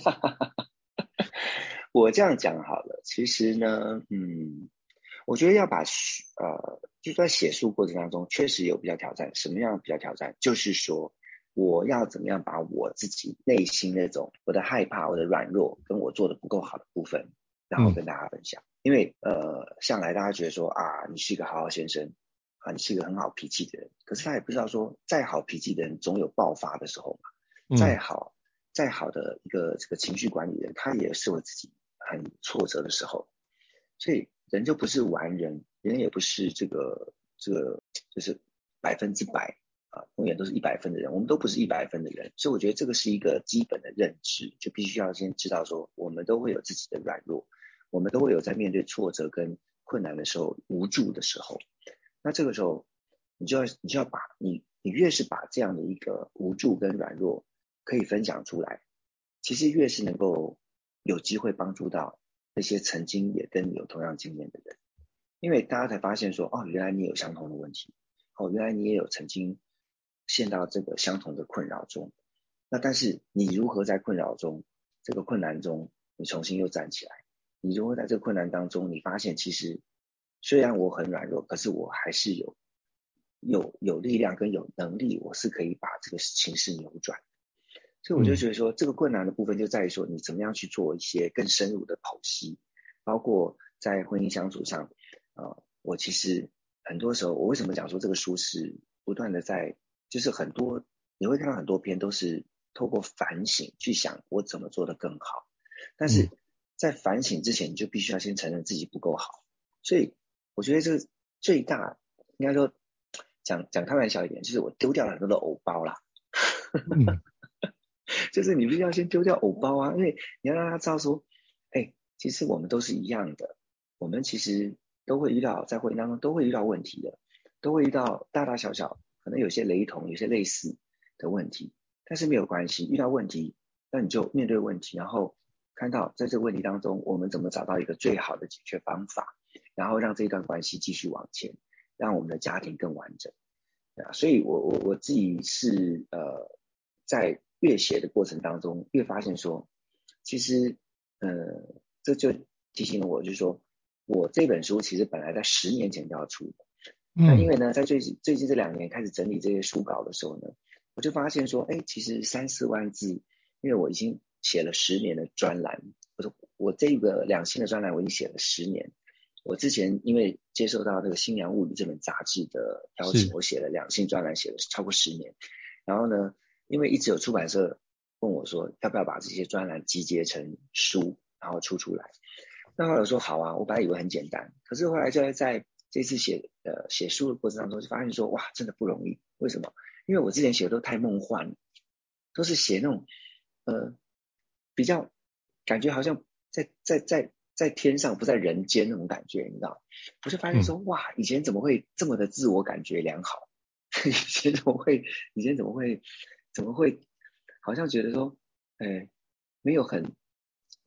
我这样讲好了，其实呢，嗯，我觉得要把呃，就在写书过程当中，确实有比较挑战。什么样比较挑战？就是说，我要怎么样把我自己内心那种我的害怕、我的软弱，跟我做的不够好的部分，然后跟大家分享。嗯、因为呃，向来大家觉得说啊，你是一个好好先生啊，你是一个很好脾气的人，可是他也不知道说，再好脾气的人总有爆发的时候嘛，再好。嗯再好的一个这个情绪管理人，他也是我自己很挫折的时候，所以人就不是完人，人也不是这个这个就是百分之百啊，永远都是一百分的人，我们都不是一百分的人，所以我觉得这个是一个基本的认知，就必须要先知道说，我们都会有自己的软弱，我们都会有在面对挫折跟困难的时候无助的时候，那这个时候你就要你就要把你你越是把这样的一个无助跟软弱可以分享出来，其实越是能够有机会帮助到那些曾经也跟你有同样经验的人，因为大家才发现说，哦，原来你有相同的问题，哦，原来你也有曾经陷到这个相同的困扰中，那但是你如何在困扰中，这个困难中，你重新又站起来？你如何在这个困难当中，你发现其实虽然我很软弱，可是我还是有有有力量跟有能力，我是可以把这个情势扭转。所以我就觉得说，这个困难的部分就在于说，你怎么样去做一些更深入的剖析，包括在婚姻相处上，呃，我其实很多时候，我为什么讲说这个书是不断的在，就是很多你会看到很多篇都是透过反省去想我怎么做得更好，但是在反省之前，你就必须要先承认自己不够好。所以我觉得这个最大应该说讲讲开玩笑一点，就是我丢掉了很多的偶包啦。嗯就是你必须要先丢掉偶包啊，因为你要让他知道说，哎，其实我们都是一样的，我们其实都会遇到，在婚姻当中都会遇到问题的，都会遇到大大小小，可能有些雷同，有些类似的问题，但是没有关系，遇到问题，那你就面对问题，然后看到在这个问题当中，我们怎么找到一个最好的解决方法，然后让这段关系继续往前，让我们的家庭更完整。啊，所以我我我自己是呃在越写的过程当中，越发现说，其实，呃，这就提醒了我，就是说我这本书其实本来在十年前就要出的，嗯、那因为呢，在最近最近这两年开始整理这些书稿的时候呢，我就发现说，哎，其实三四万字，因为我已经写了十年的专栏，我说我这个两性的专栏我已经写了十年。我之前因为接受到那个《新娘物语》这本杂志的邀请，我写了两性专栏，写了超过十年。然后呢，因为一直有出版社问我说，要不要把这些专栏集结成书，然后出出来。那后来我说好啊，我本来以为很简单，可是后来就在这次写呃写书的过程当中，就发现说，哇，真的不容易。为什么？因为我之前写的都太梦幻了，都是写那种呃比较感觉好像在在在。在天上不在人间那种感觉，你知道？我就发现说，哇，以前怎么会这么的自我感觉良好？以前怎么会？以前怎么会？怎么会？好像觉得说，哎，没有很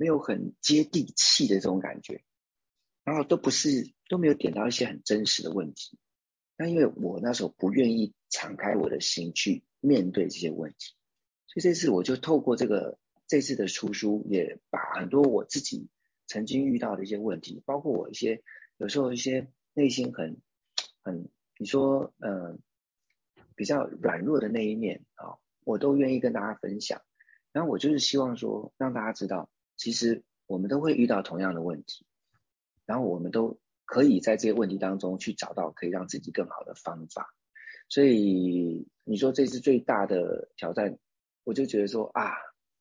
没有很接地气的这种感觉，然后都不是都没有点到一些很真实的问题。那因为我那时候不愿意敞开我的心去面对这些问题，所以这次我就透过这个这次的出书，也把很多我自己曾经遇到的一些问题，包括我一些有时候一些内心很很你说呃比较软弱的那一面啊，我都愿意跟大家分享。然后我就是希望说让大家知道，其实我们都会遇到同样的问题，然后我们都可以在这些问题当中去找到可以让自己更好的方法。所以你说这是最大的挑战，我就觉得说啊，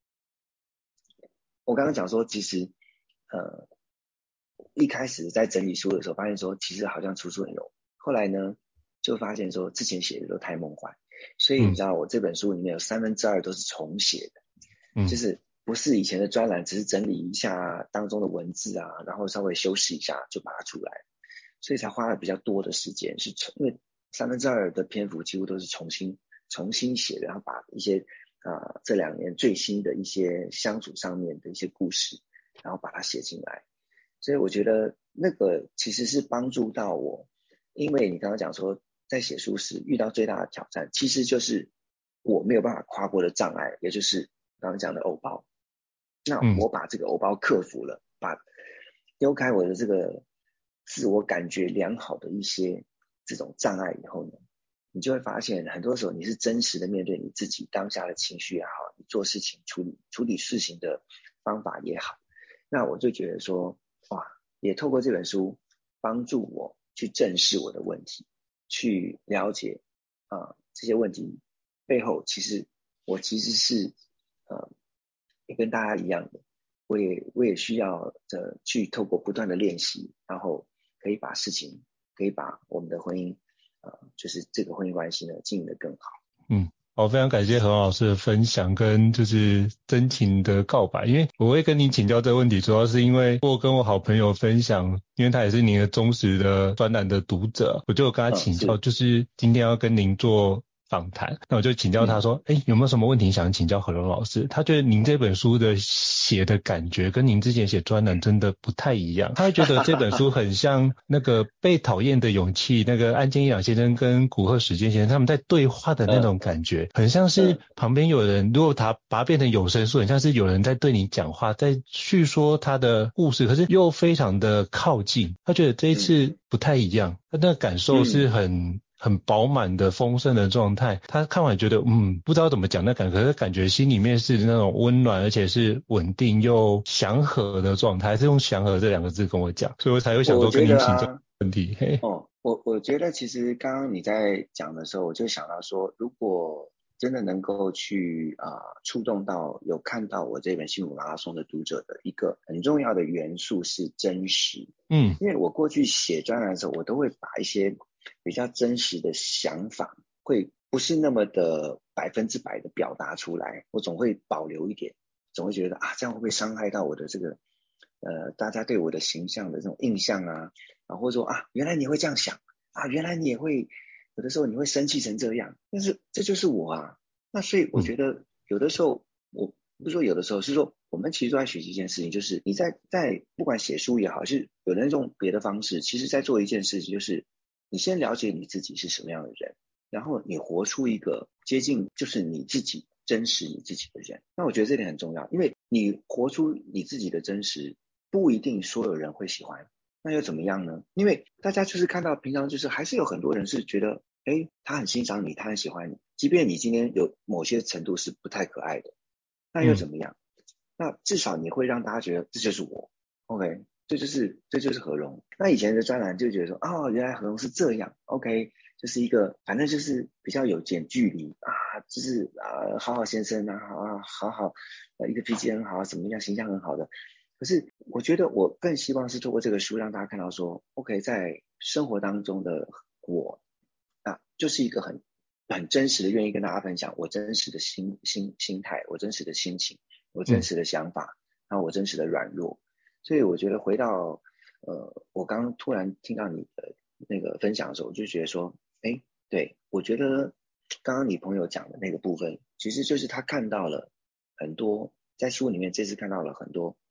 我刚刚讲说其实呃一开始在整理书的时候发现说其实好像出书很容易，后来呢就发现说之前写的都太梦幻，所以你知道我这本书里面有三分之二都是重写的，嗯，就是不是以前的专栏，只是整理一下当中的文字啊，然后稍微修饰一下就把它出来，所以才花了比较多的时间，是因为三分之二的篇幅几乎都是重新重新写的，然后把一些啊、呃、这两年最新的一些相处上面的一些故事，然后把它写进来，所以我觉得那个其实是帮助到我，因为你刚刚讲说在写书时遇到最大的挑战，其实就是我没有办法跨过的障碍，也就是刚刚讲的偶包。那我把这个偶包克服了，把丢开我的这个自我感觉良好的一些这种障碍以后呢，你就会发现很多时候你是真实的面对你自己当下的情绪也好，你做事情处理处理事情的方法也好，那我就觉得说哇，也透过这本书帮助我去正视我的问题，去了解啊、呃、这些问题背后其实我其实是呃也跟大家一样的，我也我也需要的去透过不断的练习，然后可以把事情可以把我们的婚姻呃就是这个婚姻关系呢经营得更好。 嗯，好，非常感谢何老师的分享跟就是真情的告白，因为我会跟您请教这个问题，主要是因为我跟我好朋友分享，因为他也是您的忠实的专栏的读者，我就跟他请教， 嗯、 就是今天要跟您做访谈，那我就请教他说，哎、嗯，有没有什么问题想请教何荣老师？他觉得您这本书的写的感觉跟您之前写专栏真的不太一样，他会觉得这本书很像那个被讨厌的勇气，那个安间一郎先生跟古贺史健先生他们在对话的那种感觉，很像是旁边有人，如果他把它变成有声书，很像是有人在对你讲话，在叙说他的故事，可是又非常的靠近。他觉得这一次不太一样，他那个感受是很。嗯很饱满的丰盛的状态，他看完觉得嗯不知道怎么讲那感觉，可是感觉心里面是那种温暖而且是稳定又祥和的状态，是用祥和这两个字跟我讲，所以我才会想说跟您请教问题。嘿哦，我我觉得其实刚刚你在讲的时候，我就想到说，如果真的能够去啊、呃、触动到有看到我这本幸福马拉松的读者的一个很重要的元素是真实。嗯，因为我过去写专栏的时候，我都会把一些比较真实的想法，会不是那么的百分之百的表达出来，我总会保留一点，总会觉得啊，这样会不会伤害到我的这个呃大家对我的形象的这种印象啊，啊或者说啊原来你会这样想啊，原来你也会有的时候你会生气成这样，但是这就是我啊。那所以我觉得有的时候，我不是说有的时候，是说我们其实都在学习一件事情，就是你在在不管写书也好，是有人用别的方式，其实在做一件事情，就是你先了解你自己是什么样的人，然后你活出一个接近就是你自己真实你自己的人。那我觉得这点很重要，因为你活出你自己的真实，不一定所有人会喜欢，那又怎么样呢？因为大家就是看到平常就是还是有很多人是觉得诶他很欣赏你，他很喜欢你，即便你今天有某些程度是不太可爱的，那又怎么样？嗯、那至少你会让大家觉得这就是我 OK， 这就是这就是何荣。那以前的专栏就觉得说哦原来何荣是这样 OK， 就是一个反正就是比较有点距离啊，就是啊好好先生啊，好好好呃一个脾气很好，怎么样形象很好的。可是我觉得我更希望是透过这个书让大家看到说 OK， 在生活当中的我啊就是一个很很真实的愿意跟大家分享我真实的心心心态，我真实的心情，我真实的想法，然后我真实的软弱。所以我觉得回到呃我刚刚突然听到你的那个分享的时候，我就觉得说诶对，我觉得刚刚你朋友讲的那个部分其实就是他看到了很多在书里面这次看到了很多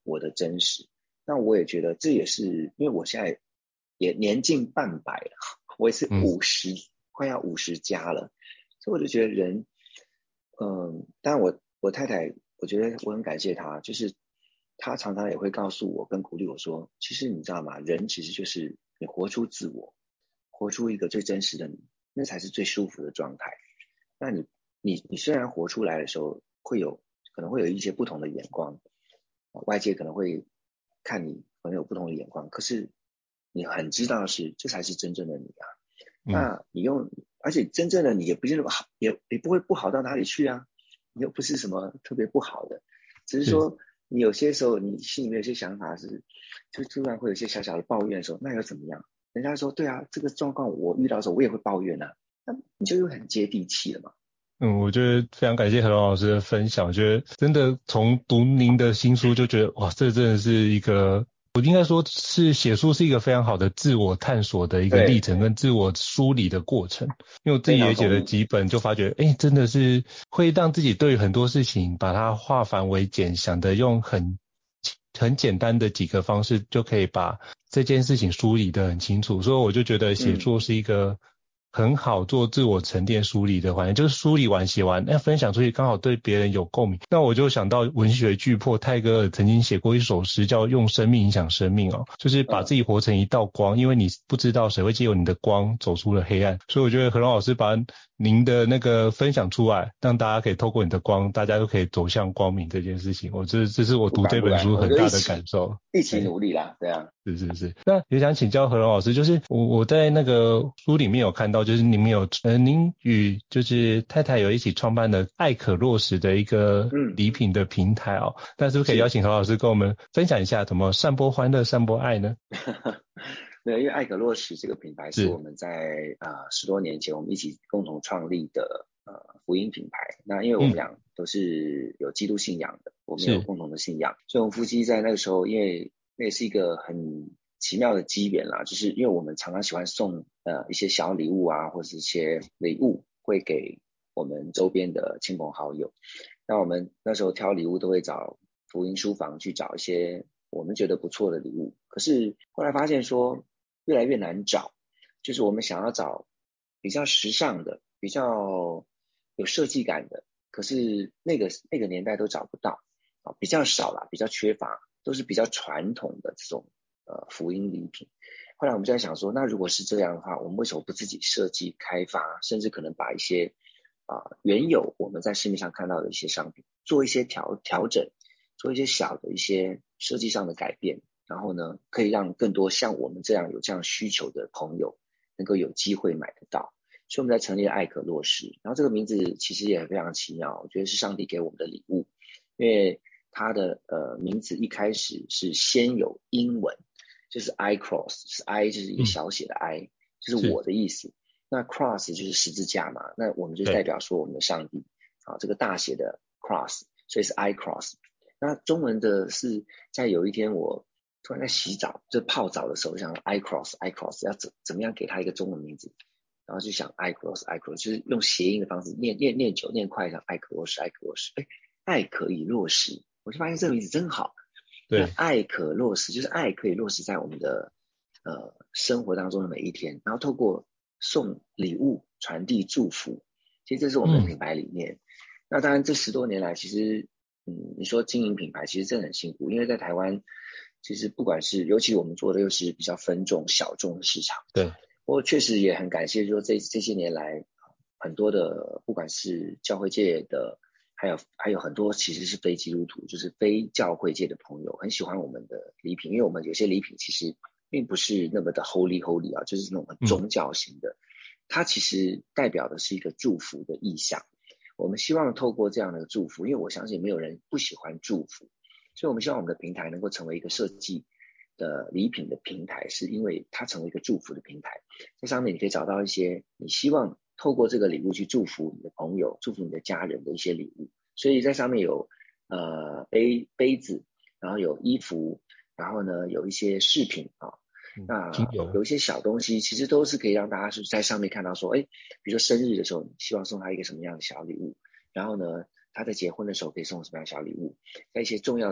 我的真实。那我也觉得这也是因为我现在也年近半百了，我也是五十、嗯、快要五十加了，所以我就觉得人，嗯，当然我我太太，我觉得我很感谢她，就是她常常也会告诉我跟鼓励我说，其实你知道吗？人其实就是你活出自我，活出一个最真实的你，那才是最舒服的状态。那你你你虽然活出来的时候会有可能会有一些不同的眼光，外界可能会看你可能有不同的眼光，可是你很知道是这才是真正的你啊。嗯、那你用，而且真正的你也不是好，也也不会不好到哪里去啊。你又不是什么特别不好的，只是说你有些时候你心里面有些想法是，就突然会有些小小的抱怨的时候，那又怎么样？人家说对啊，这个状况我遇到的时候我也会抱怨啊，那你就又很接地气了嘛。 嗯，我觉得非常感谢何龙老师的分享，我觉得真的从读您的新书就觉得哇，这真的是一个，我应该说是写书是一个非常好的自我探索的一个历程跟自我梳理的过程。因为我自己也写了几本，就发觉哎，真的是会让自己对很多事情把它化繁为简，想的用很很简单的几个方式就可以把这件事情梳理得很清楚，所以我就觉得写作是一个很好做自我沉淀梳理的环境，就是梳理完写完那分享出去刚好对别人有共鸣。那我就想到文学巨擘泰戈尔曾经写过一首诗叫用生命影响生命哦，就是把自己活成一道光，因为你不知道谁会借由你的光走出了黑暗。所以我觉得何龙老师把您的那个分享出来，让大家可以透过你的光，大家都可以走向光明这件事情，我这这是我读这本书很大的感受。 一起努力啦，对啊。 是是是，那也想请教何龙老师，就是我我在那个书里面有看到，就是你们有呃，您与就是太太有一起创办的爱可落实的一个礼品的平台哦，嗯、那是不是可以邀请何老师跟我们分享一下怎么散播欢乐、散播爱呢？ 对，因为爱可落实这个品牌是我们在啊、呃、十多年前我们一起共同创立的呃福音品牌。那因为我们俩都是有基督信仰的，嗯、我们有共同的信仰，所以我们夫妻在那个时候，因为那也是一个很奇妙的机缘啦，就是因为我们常常喜欢送呃一些小礼物啊，或是一些礼物会给我们周边的亲朋好友。那我们那时候挑礼物都会找福音书房去找一些我们觉得不错的礼物，可是后来发现说越来越难找，就是我们想要找比较时尚的、比较有设计感的，可是那个那个年代都找不到啊，比较少啦，比较缺乏，都是比较传统的这种呃福音礼品。后来我们就在想说，那如果是这样的话，我们为什么不自己设计开发，甚至可能把一些啊、呃、原有我们在市面上看到的一些商品做一些调调整，做一些小的一些设计上的改变，然后呢，可以让更多像我们这样有这样需求的朋友能够有机会买得到。所以我们在成立了爱可落实，然后这个名字其实也非常奇妙，我觉得是上帝给我们的礼物，因为它的呃名字一开始是先有英文，就是 I cross， 是 I 就是一个小写的 I，、嗯、就是我的意思。那 cross 就是十字架嘛，那我们就代表说我们的上帝啊，这个大写的 cross， 所以是 I cross。那中文的是在有一天我突然在洗澡，就泡澡的时候想 I cross I cross 要怎怎么样给它一个中文名字，然后就想 I cross I cross 就是用谐音的方式念念念久念快，想爱可落实爱可落实，哎，爱可以落实，我就发现这个名字真好。对，爱可落实就是爱可以落实在我们的呃生活当中的每一天，然后透过送礼物传递祝福，其实这是我们的品牌理念。嗯、那当然这十多年来，其实嗯，你说经营品牌其实真的很辛苦，因为在台湾，其实不管是尤其我们做的又是比较分众小众的市场，对，我确实也很感谢说这这些年来很多的不管是教会界的。还有还有很多其实是非基督徒，就是非教会界的朋友很喜欢我们的礼品，因为我们有些礼品其实并不是那么的 holy holy 啊，就是那种很宗教型的，嗯、它其实代表的是一个祝福的意象。我们希望透过这样的祝福，因为我相信没有人不喜欢祝福，所以我们希望我们的平台能够成为一个设计的礼品的平台，是因为它成为一个祝福的平台，在上面你可以找到一些你希望透过这个礼物去祝福你的朋友、祝福你的家人的一些礼物，所以在上面有呃杯杯子，然后有衣服，然后呢有一些饰品啊，那有一些小东西，其实都是可以让大家是在上面看到说，哎，比如说生日的时候，你希望送他一个什么样的小礼物，然后呢他在结婚的时候可以送什么样的小礼物，在一些重要的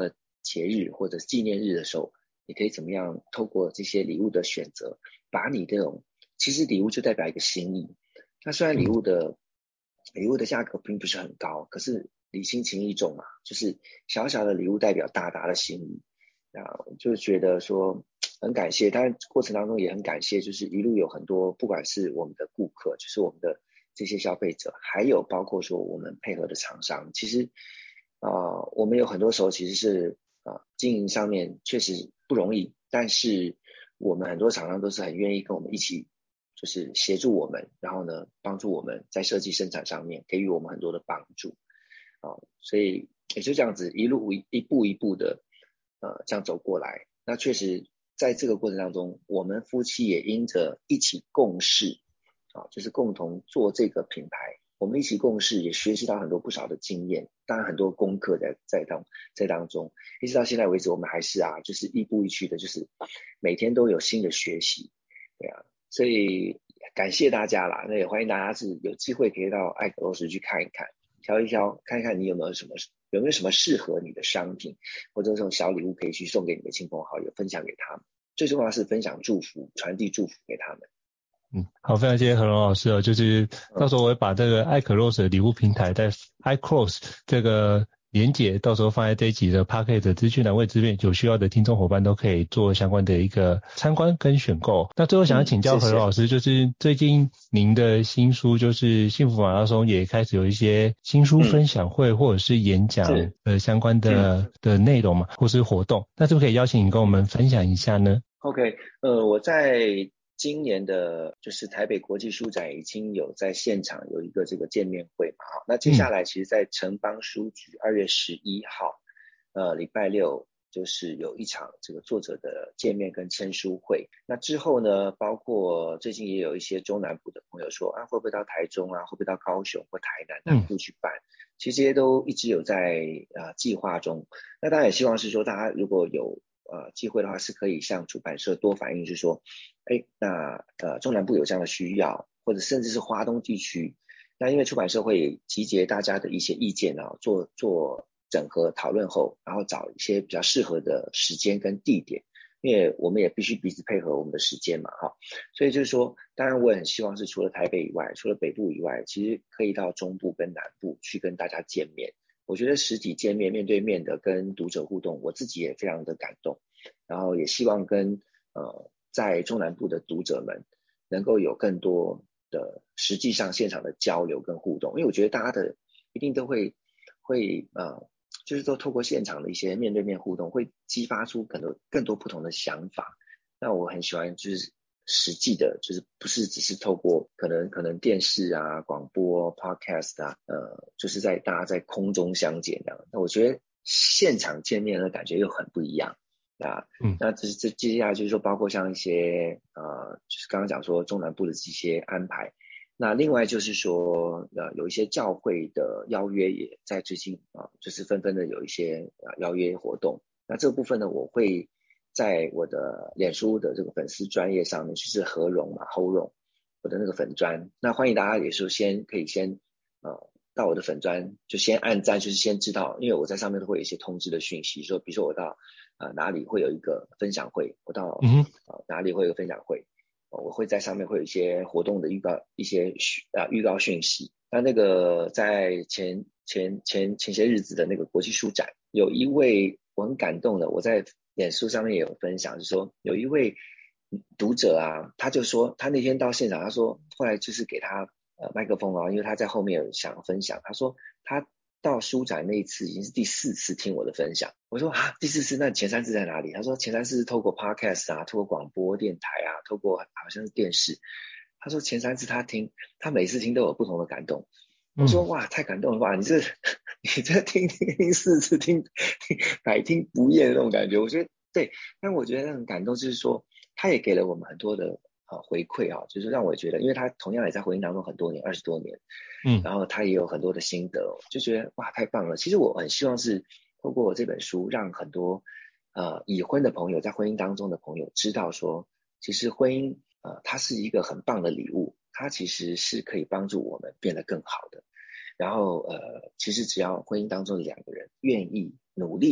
节日或者纪念日的时候，你可以怎么样透过这些礼物的选择，把你这种，其实礼物就代表一个心意。那虽然礼物的、嗯、礼物的价格并不是很高，可是礼轻情意重嘛，就是小小的礼物代表大大的心意。那我就觉得说很感谢，当然过程当中也很感谢，就是一路有很多不管是我们的顾客，就是我们的这些消费者，还有包括说我们配合的厂商，其实呃，我们有很多时候其实是呃经营上面确实不容易，但是我们很多厂商都是很愿意跟我们一起，就是协助我们，然后呢帮助我们在设计生产上面给予我们很多的帮助啊、呃，所以也就这样子一路一步一步的呃这样走过来。那确实在这个过程当中，我们夫妻也因着一起共事啊、呃，就是共同做这个品牌。我们一起共事，也学习到很多不少的经验，当然很多功课在在当在当中，一直到现在为止，我们还是啊，就是亦步亦趋的，就是每天都有新的学习，对啊，所以感谢大家啦，那也欢迎大家是有机会可以到艾可洛斯去看一看，挑一挑，看看你有没有什么有没有什么适合你的商品，或者这种小礼物可以去送给你的亲朋好友，分享给他们。最重要是分享祝福，传递祝福给他们。 嗯，好，非常谢谢何荣老师哦。就是到时候我会把这个艾可洛斯的礼物平台在 iCross 这个连结，到时候放在这一集的 Podcast 的资讯栏位这边，有需要的听众伙伴都可以做相关的一个参观跟选购。那最后想要请教何荣老师，嗯、就是最近您的新书就是幸福马拉松也开始有一些新书分享会、嗯、或者是演讲的相关的、嗯、的内容嘛，或是活动，那是不是可以邀请你跟我们分享一下呢？ OK， 呃，我在今年的就是台北国际书展已经有在现场有一个这个见面会嘛，好，那接下来其实在城邦书局二月十一号，呃，礼拜六就是有一场这个作者的见面跟签书会。那之后呢，包括最近也有一些中南部的朋友说啊，会不会到台中啊，会不会到高雄或台南南部去办？嗯、其实这些都一直有在啊、呃、计划中。那当然也希望是说大家如果有呃，机会的话是可以向出版社多反映，就是说，哎，那呃中南部有这样的需要，或者甚至是花东地区，那因为出版社会集结大家的一些意见啊，做做整合讨论后，然后找一些比较适合的时间跟地点，因为我们也必须彼此配合我们的时间嘛，哈，所以就是说，当然我也很希望是除了台北以外，除了北部以外，其实可以到中部跟南部去跟大家见面。我觉得实体见面面对面的跟读者互动，我自己也非常的感动，然后也希望跟呃在中南部的读者们能够有更多的实际上现场的交流跟互动，因为我觉得大家的一定都会会呃就是说透过现场的一些面对面互动，会激发出更多更多不同的想法。那我很喜欢就是实际的，就是不是只是透过可能可能电视啊、广播、podcast 啊，呃，就是在大家在空中相见这样。那我觉得现场见面的感觉又很不一样啊。嗯，那这这接下来就是说，包括像一些呃，就是刚刚讲说中南部的这些安排。那另外就是说，呃，有一些教会的邀约也在最近啊，就是纷纷的有一些呃邀约活动。那这个部分呢，我会在我的脸书的这个粉丝专页上面，就是何荣嘛，侯荣，我的那个粉专，那欢迎大家也是先可以先呃到我的粉专就先按赞，就是先知道，因为我在上面都会有一些通知的讯息，说比如说我到呃哪里会有一个分享会，我到呃哪里会有一个分享会，呃、我会在上面会有一些活动的预告，一些啊、呃、预告讯息。那那个在前前前前些日子的那个国际书展，有一位我很感动的，我在脸书上面也有分享，就是说有一位读者啊，他就说他那天到现场，他说后来就是给他呃麦克风啊，因为他在后面有想分享，他说他到书展那一次已经是第四次听我的分享。我说啊，第四次，那前三次在哪里？他说前三次是透过 podcast 啊，透过广播电台啊，透过好像是电视。他说前三次他听，他每次听都有不同的感动。我说哇，太感动了吧！你这你这听听听四次听听百听不厌的那种感觉，我觉得对。但我觉得很感动，就是说他也给了我们很多的呃回馈啊，就是让我觉得，因为他同样也在婚姻当中很多年，二十多年，嗯，然后他也有很多的心得，就觉得哇，太棒了。其实我很希望是透过我这本书，让很多呃已婚的朋友，在婚姻当中的朋友知道说，其实婚姻呃它是一个很棒的礼物，它其实是可以帮助我们变得更好的。然后呃，其实只要婚姻当中的两个人愿意努力的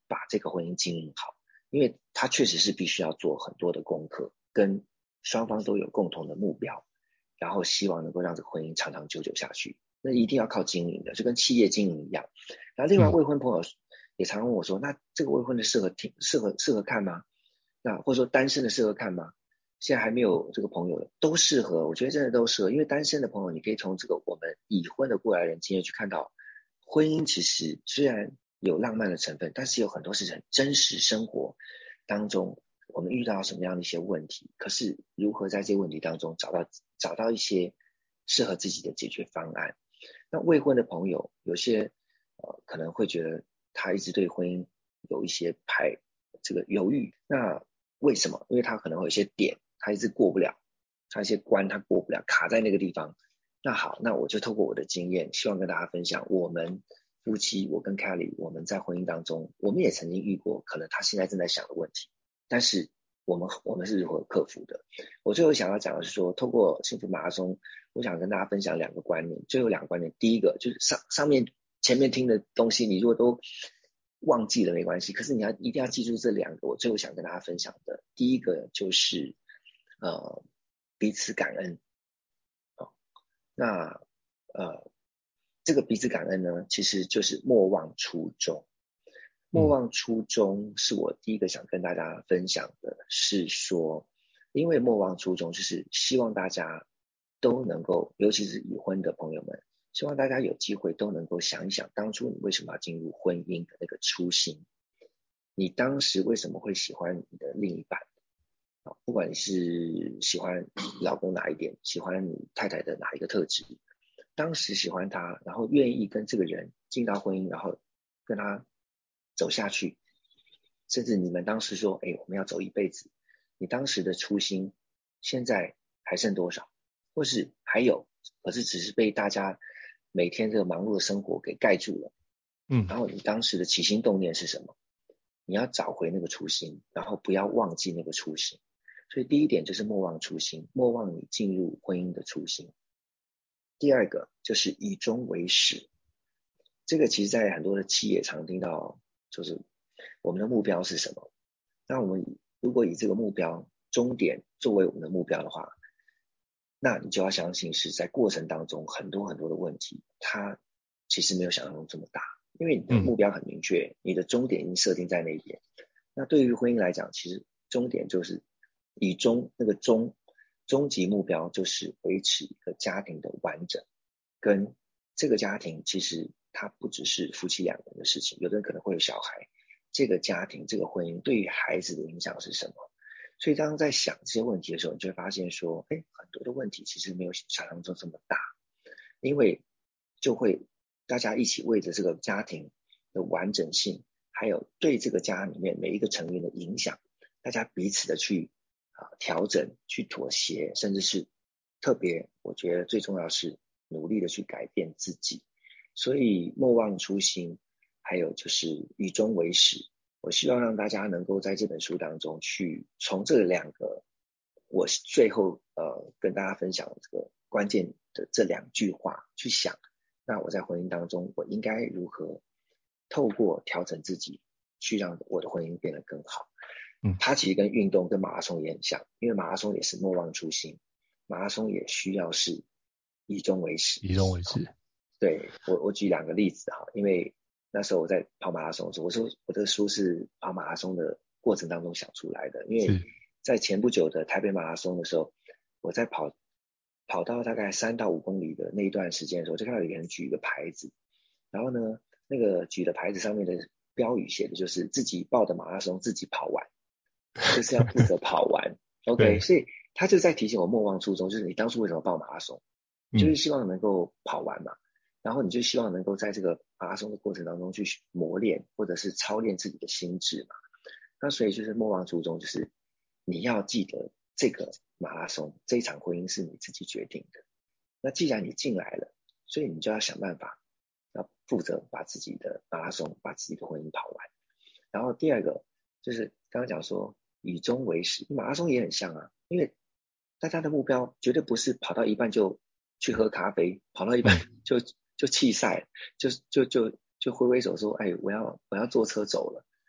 把这个婚姻经营好，因为他确实是必须要做很多的功课，跟双方都有共同的目标，然后希望能够让这个婚姻长长久久下去，那一定要靠经营的，就跟企业经营一样。然后另外未婚朋友也常问我说，那这个未婚的适合听适合适合看吗？那或者说单身的适合看吗？现在还没有这个朋友的都适合，我觉得真的都适合，因为单身的朋友你可以从这个我们已婚的过来人经验去看到，婚姻其实虽然有浪漫的成分，但是有很多是很真实生活当中我们遇到什么样的一些问题，可是如何在这些问题当中找到找到一些适合自己的解决方案。那未婚的朋友有些呃可能会觉得他一直对婚姻有一些排这个犹豫，那为什么？因为他可能会有一些点他一直过不了，他一些关他过不了，卡在那个地方。那好，那我就透过我的经验，希望跟大家分享，我们夫妻，我跟 Kelly， 我们在婚姻当中，我们也曾经遇过可能他现在正在想的问题，但是我们我们是如何克服的。我最后想要讲的是说，透过幸福马拉松，我想跟大家分享两个观念，最后两个观念，第一个就是上上面前面听的东西，你如果都忘记了没关系，可是你要一定要记住这两个，我最后想跟大家分享的。第一个就是呃彼此感恩。哦，那呃这个彼此感恩呢，其实就是莫忘初衷。莫忘初衷是我第一个想跟大家分享的，是说，因为莫忘初衷就是希望大家都能够，尤其是已婚的朋友们，希望大家有机会都能够想一想，当初你为什么要进入婚姻的那个初心，你当时为什么会喜欢你的另一半？不管你是喜欢老公哪一点，喜欢你太太的哪一个特质，当时喜欢他，然后愿意跟这个人进到婚姻，然后跟他走下去，甚至你们当时说，哎，我们要走一辈子，你当时的初心现在还剩多少？或是还有，可是只是被大家每天这个忙碌的生活给盖住了。嗯，然后你当时的起心动念是什么？你要找回那个初心，然后不要忘记那个初心。所以第一点就是莫忘初心，莫忘你进入婚姻的初心。第二个就是以终为始，这个其实在很多的企业常听到，就是我们的目标是什么？那我们如果以这个目标终点作为我们的目标的话，那你就要相信是在过程当中很多很多的问题，它其实没有想象中这么大，因为你的目标很明确，嗯、你的终点已经设定在那边。那对于婚姻来讲，其实终点就是以终，那个终终极目标就是维持一个家庭的完整，跟这个家庭其实它不只是夫妻两个人的事情，有的人可能会有小孩，这个家庭这个婚姻对于孩子的影响是什么？所以当在想这些问题的时候，你就会发现说，哎，很多的问题其实没有想象中这么大，因为就会大家一起为着这个家庭的完整性，还有对这个家里面每一个成员的影响，大家彼此的去啊调整、去妥协，甚至是特别，我觉得最重要是努力的去改变自己。所以莫忘初心，还有就是以终为始。我希望让大家能够在这本书当中去从这两个我最后呃跟大家分享的这个关键的这两句话去想，那我在婚姻当中我应该如何透过调整自己去让我的婚姻变得更好。嗯，它其实跟运动跟马拉松也很像，因为马拉松也是莫忘初心，马拉松也需要是以终为始。 以终为始。 对，我我举两个例子哈，因为那时候我在跑马拉松的时候，我说我这个书是跑马拉松的过程当中想出来的，因为在前不久的台北马拉松的时候，我在跑跑到大概三到五公里的那一段时间的时候，就看到有人举一个牌子，然后呢，那个举的牌子上面的标语写的就是自己报的马拉松自己跑完，就是要负责跑完。OK， 所以他就在提醒我莫忘初衷，就是你当初为什么报马拉松，就是希望能够跑完嘛。嗯，然后你就希望能够在这个马拉松的过程当中去磨练或者是操练自己的心智嘛。那所以就是莫忘初衷，就是你要记得这个马拉松这一场婚姻是你自己决定的，那既然你进来了，所以你就要想办法要负责把自己的马拉松把自己的婚姻跑完。然后第二个就是刚刚讲说以终为始，马拉松也很像啊，因为大家的目标绝对不是跑到一半就去喝咖啡，跑到一半就就弃赛，就就就就挥挥手说，哎，我要我要坐车走了。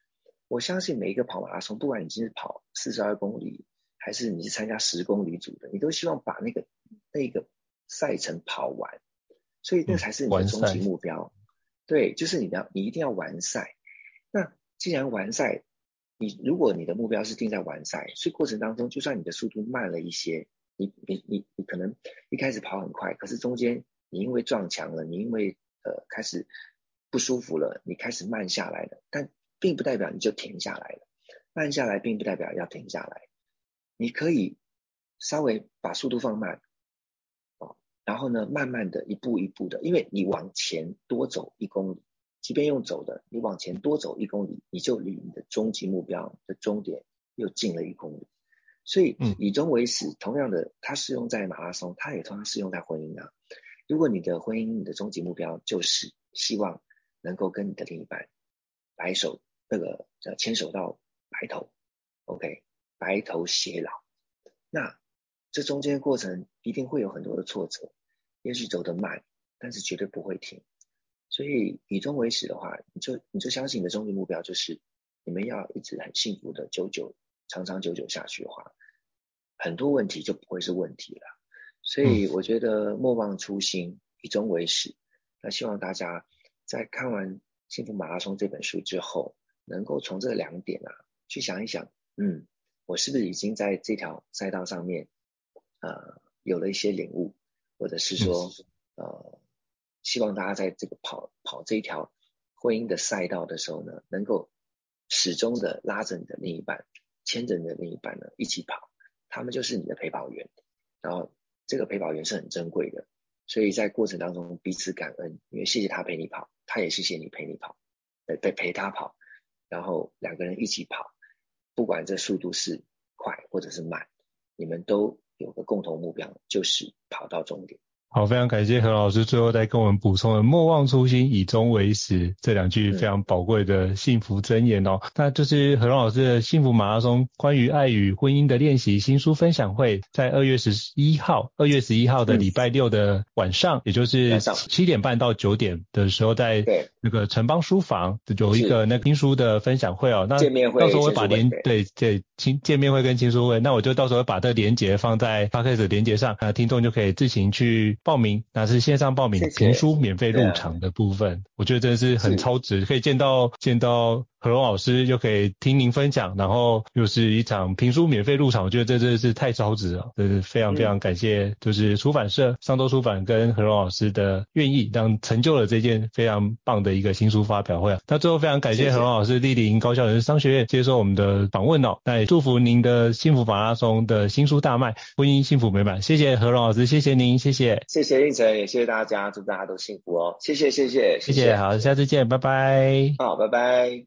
我相信每一个跑马拉松，不管你今天是跑四十二公里，还是你是参加十公里组的，你都希望把那个那个赛程跑完，所以那才是你的终极目标。对，就是你要你一定要完赛。那既然完赛，你如果你的目标是定在完赛，所以过程当中，就算你的速度慢了一些，你你你你可能一开始跑很快，可是中间你因为撞墙了，你因为呃开始不舒服了，你开始慢下来了，但并不代表你就停下来了，慢下来并不代表要停下来，你可以稍微把速度放慢，哦，然后呢，慢慢的一步一步的，因为你往前多走一公里，即便用走的，你往前多走一公里，你就离你的终极目标的终点又近了一公里。所以以终为始，同样的，它适用在马拉松，它也同样适用在婚姻啊。如果你的婚姻，你的终极目标就是希望能够跟你的另一半白手那个呃牵手到白头 ，OK， 白头偕老。那这中间的过程一定会有很多的挫折，也许走得慢，但是绝对不会停。所以以终为始的话，你就你就相信你的终极目标就是你们要一直很幸福的久久长长久久下去的话，很多问题就不会是问题了。所以我觉得莫忘初心，以终为始。那希望大家在看完《幸福马拉松》这本书之后，能够从这两点啊去想一想，嗯，我是不是已经在这条赛道上面呃有了一些领悟，或者是说呃希望大家在这个跑跑这一条婚姻的赛道的时候呢，能够始终的拉着你的另一半，牵着你的另一半呢一起跑，他们就是你的陪跑员，然后这个陪跑员是很珍贵的，所以在过程当中彼此感恩，因为谢谢他陪你跑，他也谢谢你陪你跑，陪陪他跑，然后两个人一起跑，不管这速度是快或者是慢，你们都有个共同目标，就是跑到终点。 好，非常感谢何老师最后再跟我们补充的莫忘初心以终为始这两句非常宝贵的幸福箴言哦、嗯、那就是何老师的幸福马拉松关于爱与婚姻的练习新书分享会，在二月十一号二月十一号的礼拜六的晚上、嗯、也就是七点半到九点的时候，在那个城邦书房有一个那个新书的分享会哦、那见面会， 到时候我会把连对对见面会跟签书会，那我就到时候把这个连结放在 Podcast 的连结上，那听众就可以自行去报名，那是线上报名评书免费入场的部分、啊、我觉得真的是很超值，可以见到见到何荣老师，又可以听您分享，然后又是一场评书免费入场，我觉得这真的是太超值了，真是非常非常感谢就是出版社商周出版跟何荣老师的愿意，让成就了这件非常棒的一个新书发表会、啊、那最后非常感谢何荣老师莅临高效人生商学院接受我们的访问哦，那也祝福您的幸福马拉松的新书大卖，婚姻幸福美满。谢谢何荣老师，谢谢您，谢谢谢谢应成，也谢谢大家，祝大家都幸福哦，谢谢谢谢谢谢，好，下次见，拜拜。 好，拜拜。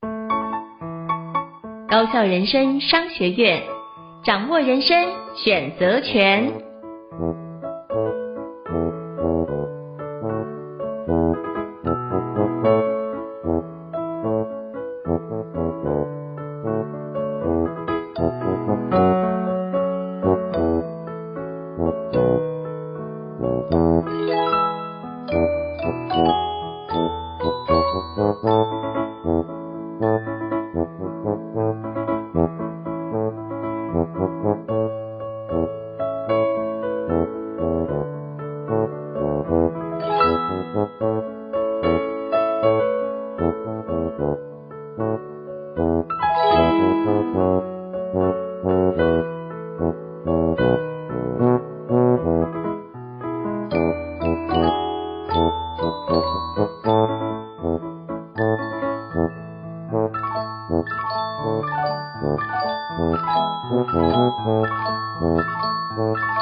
高效人生商学院，掌握人生选择权。 Thank you.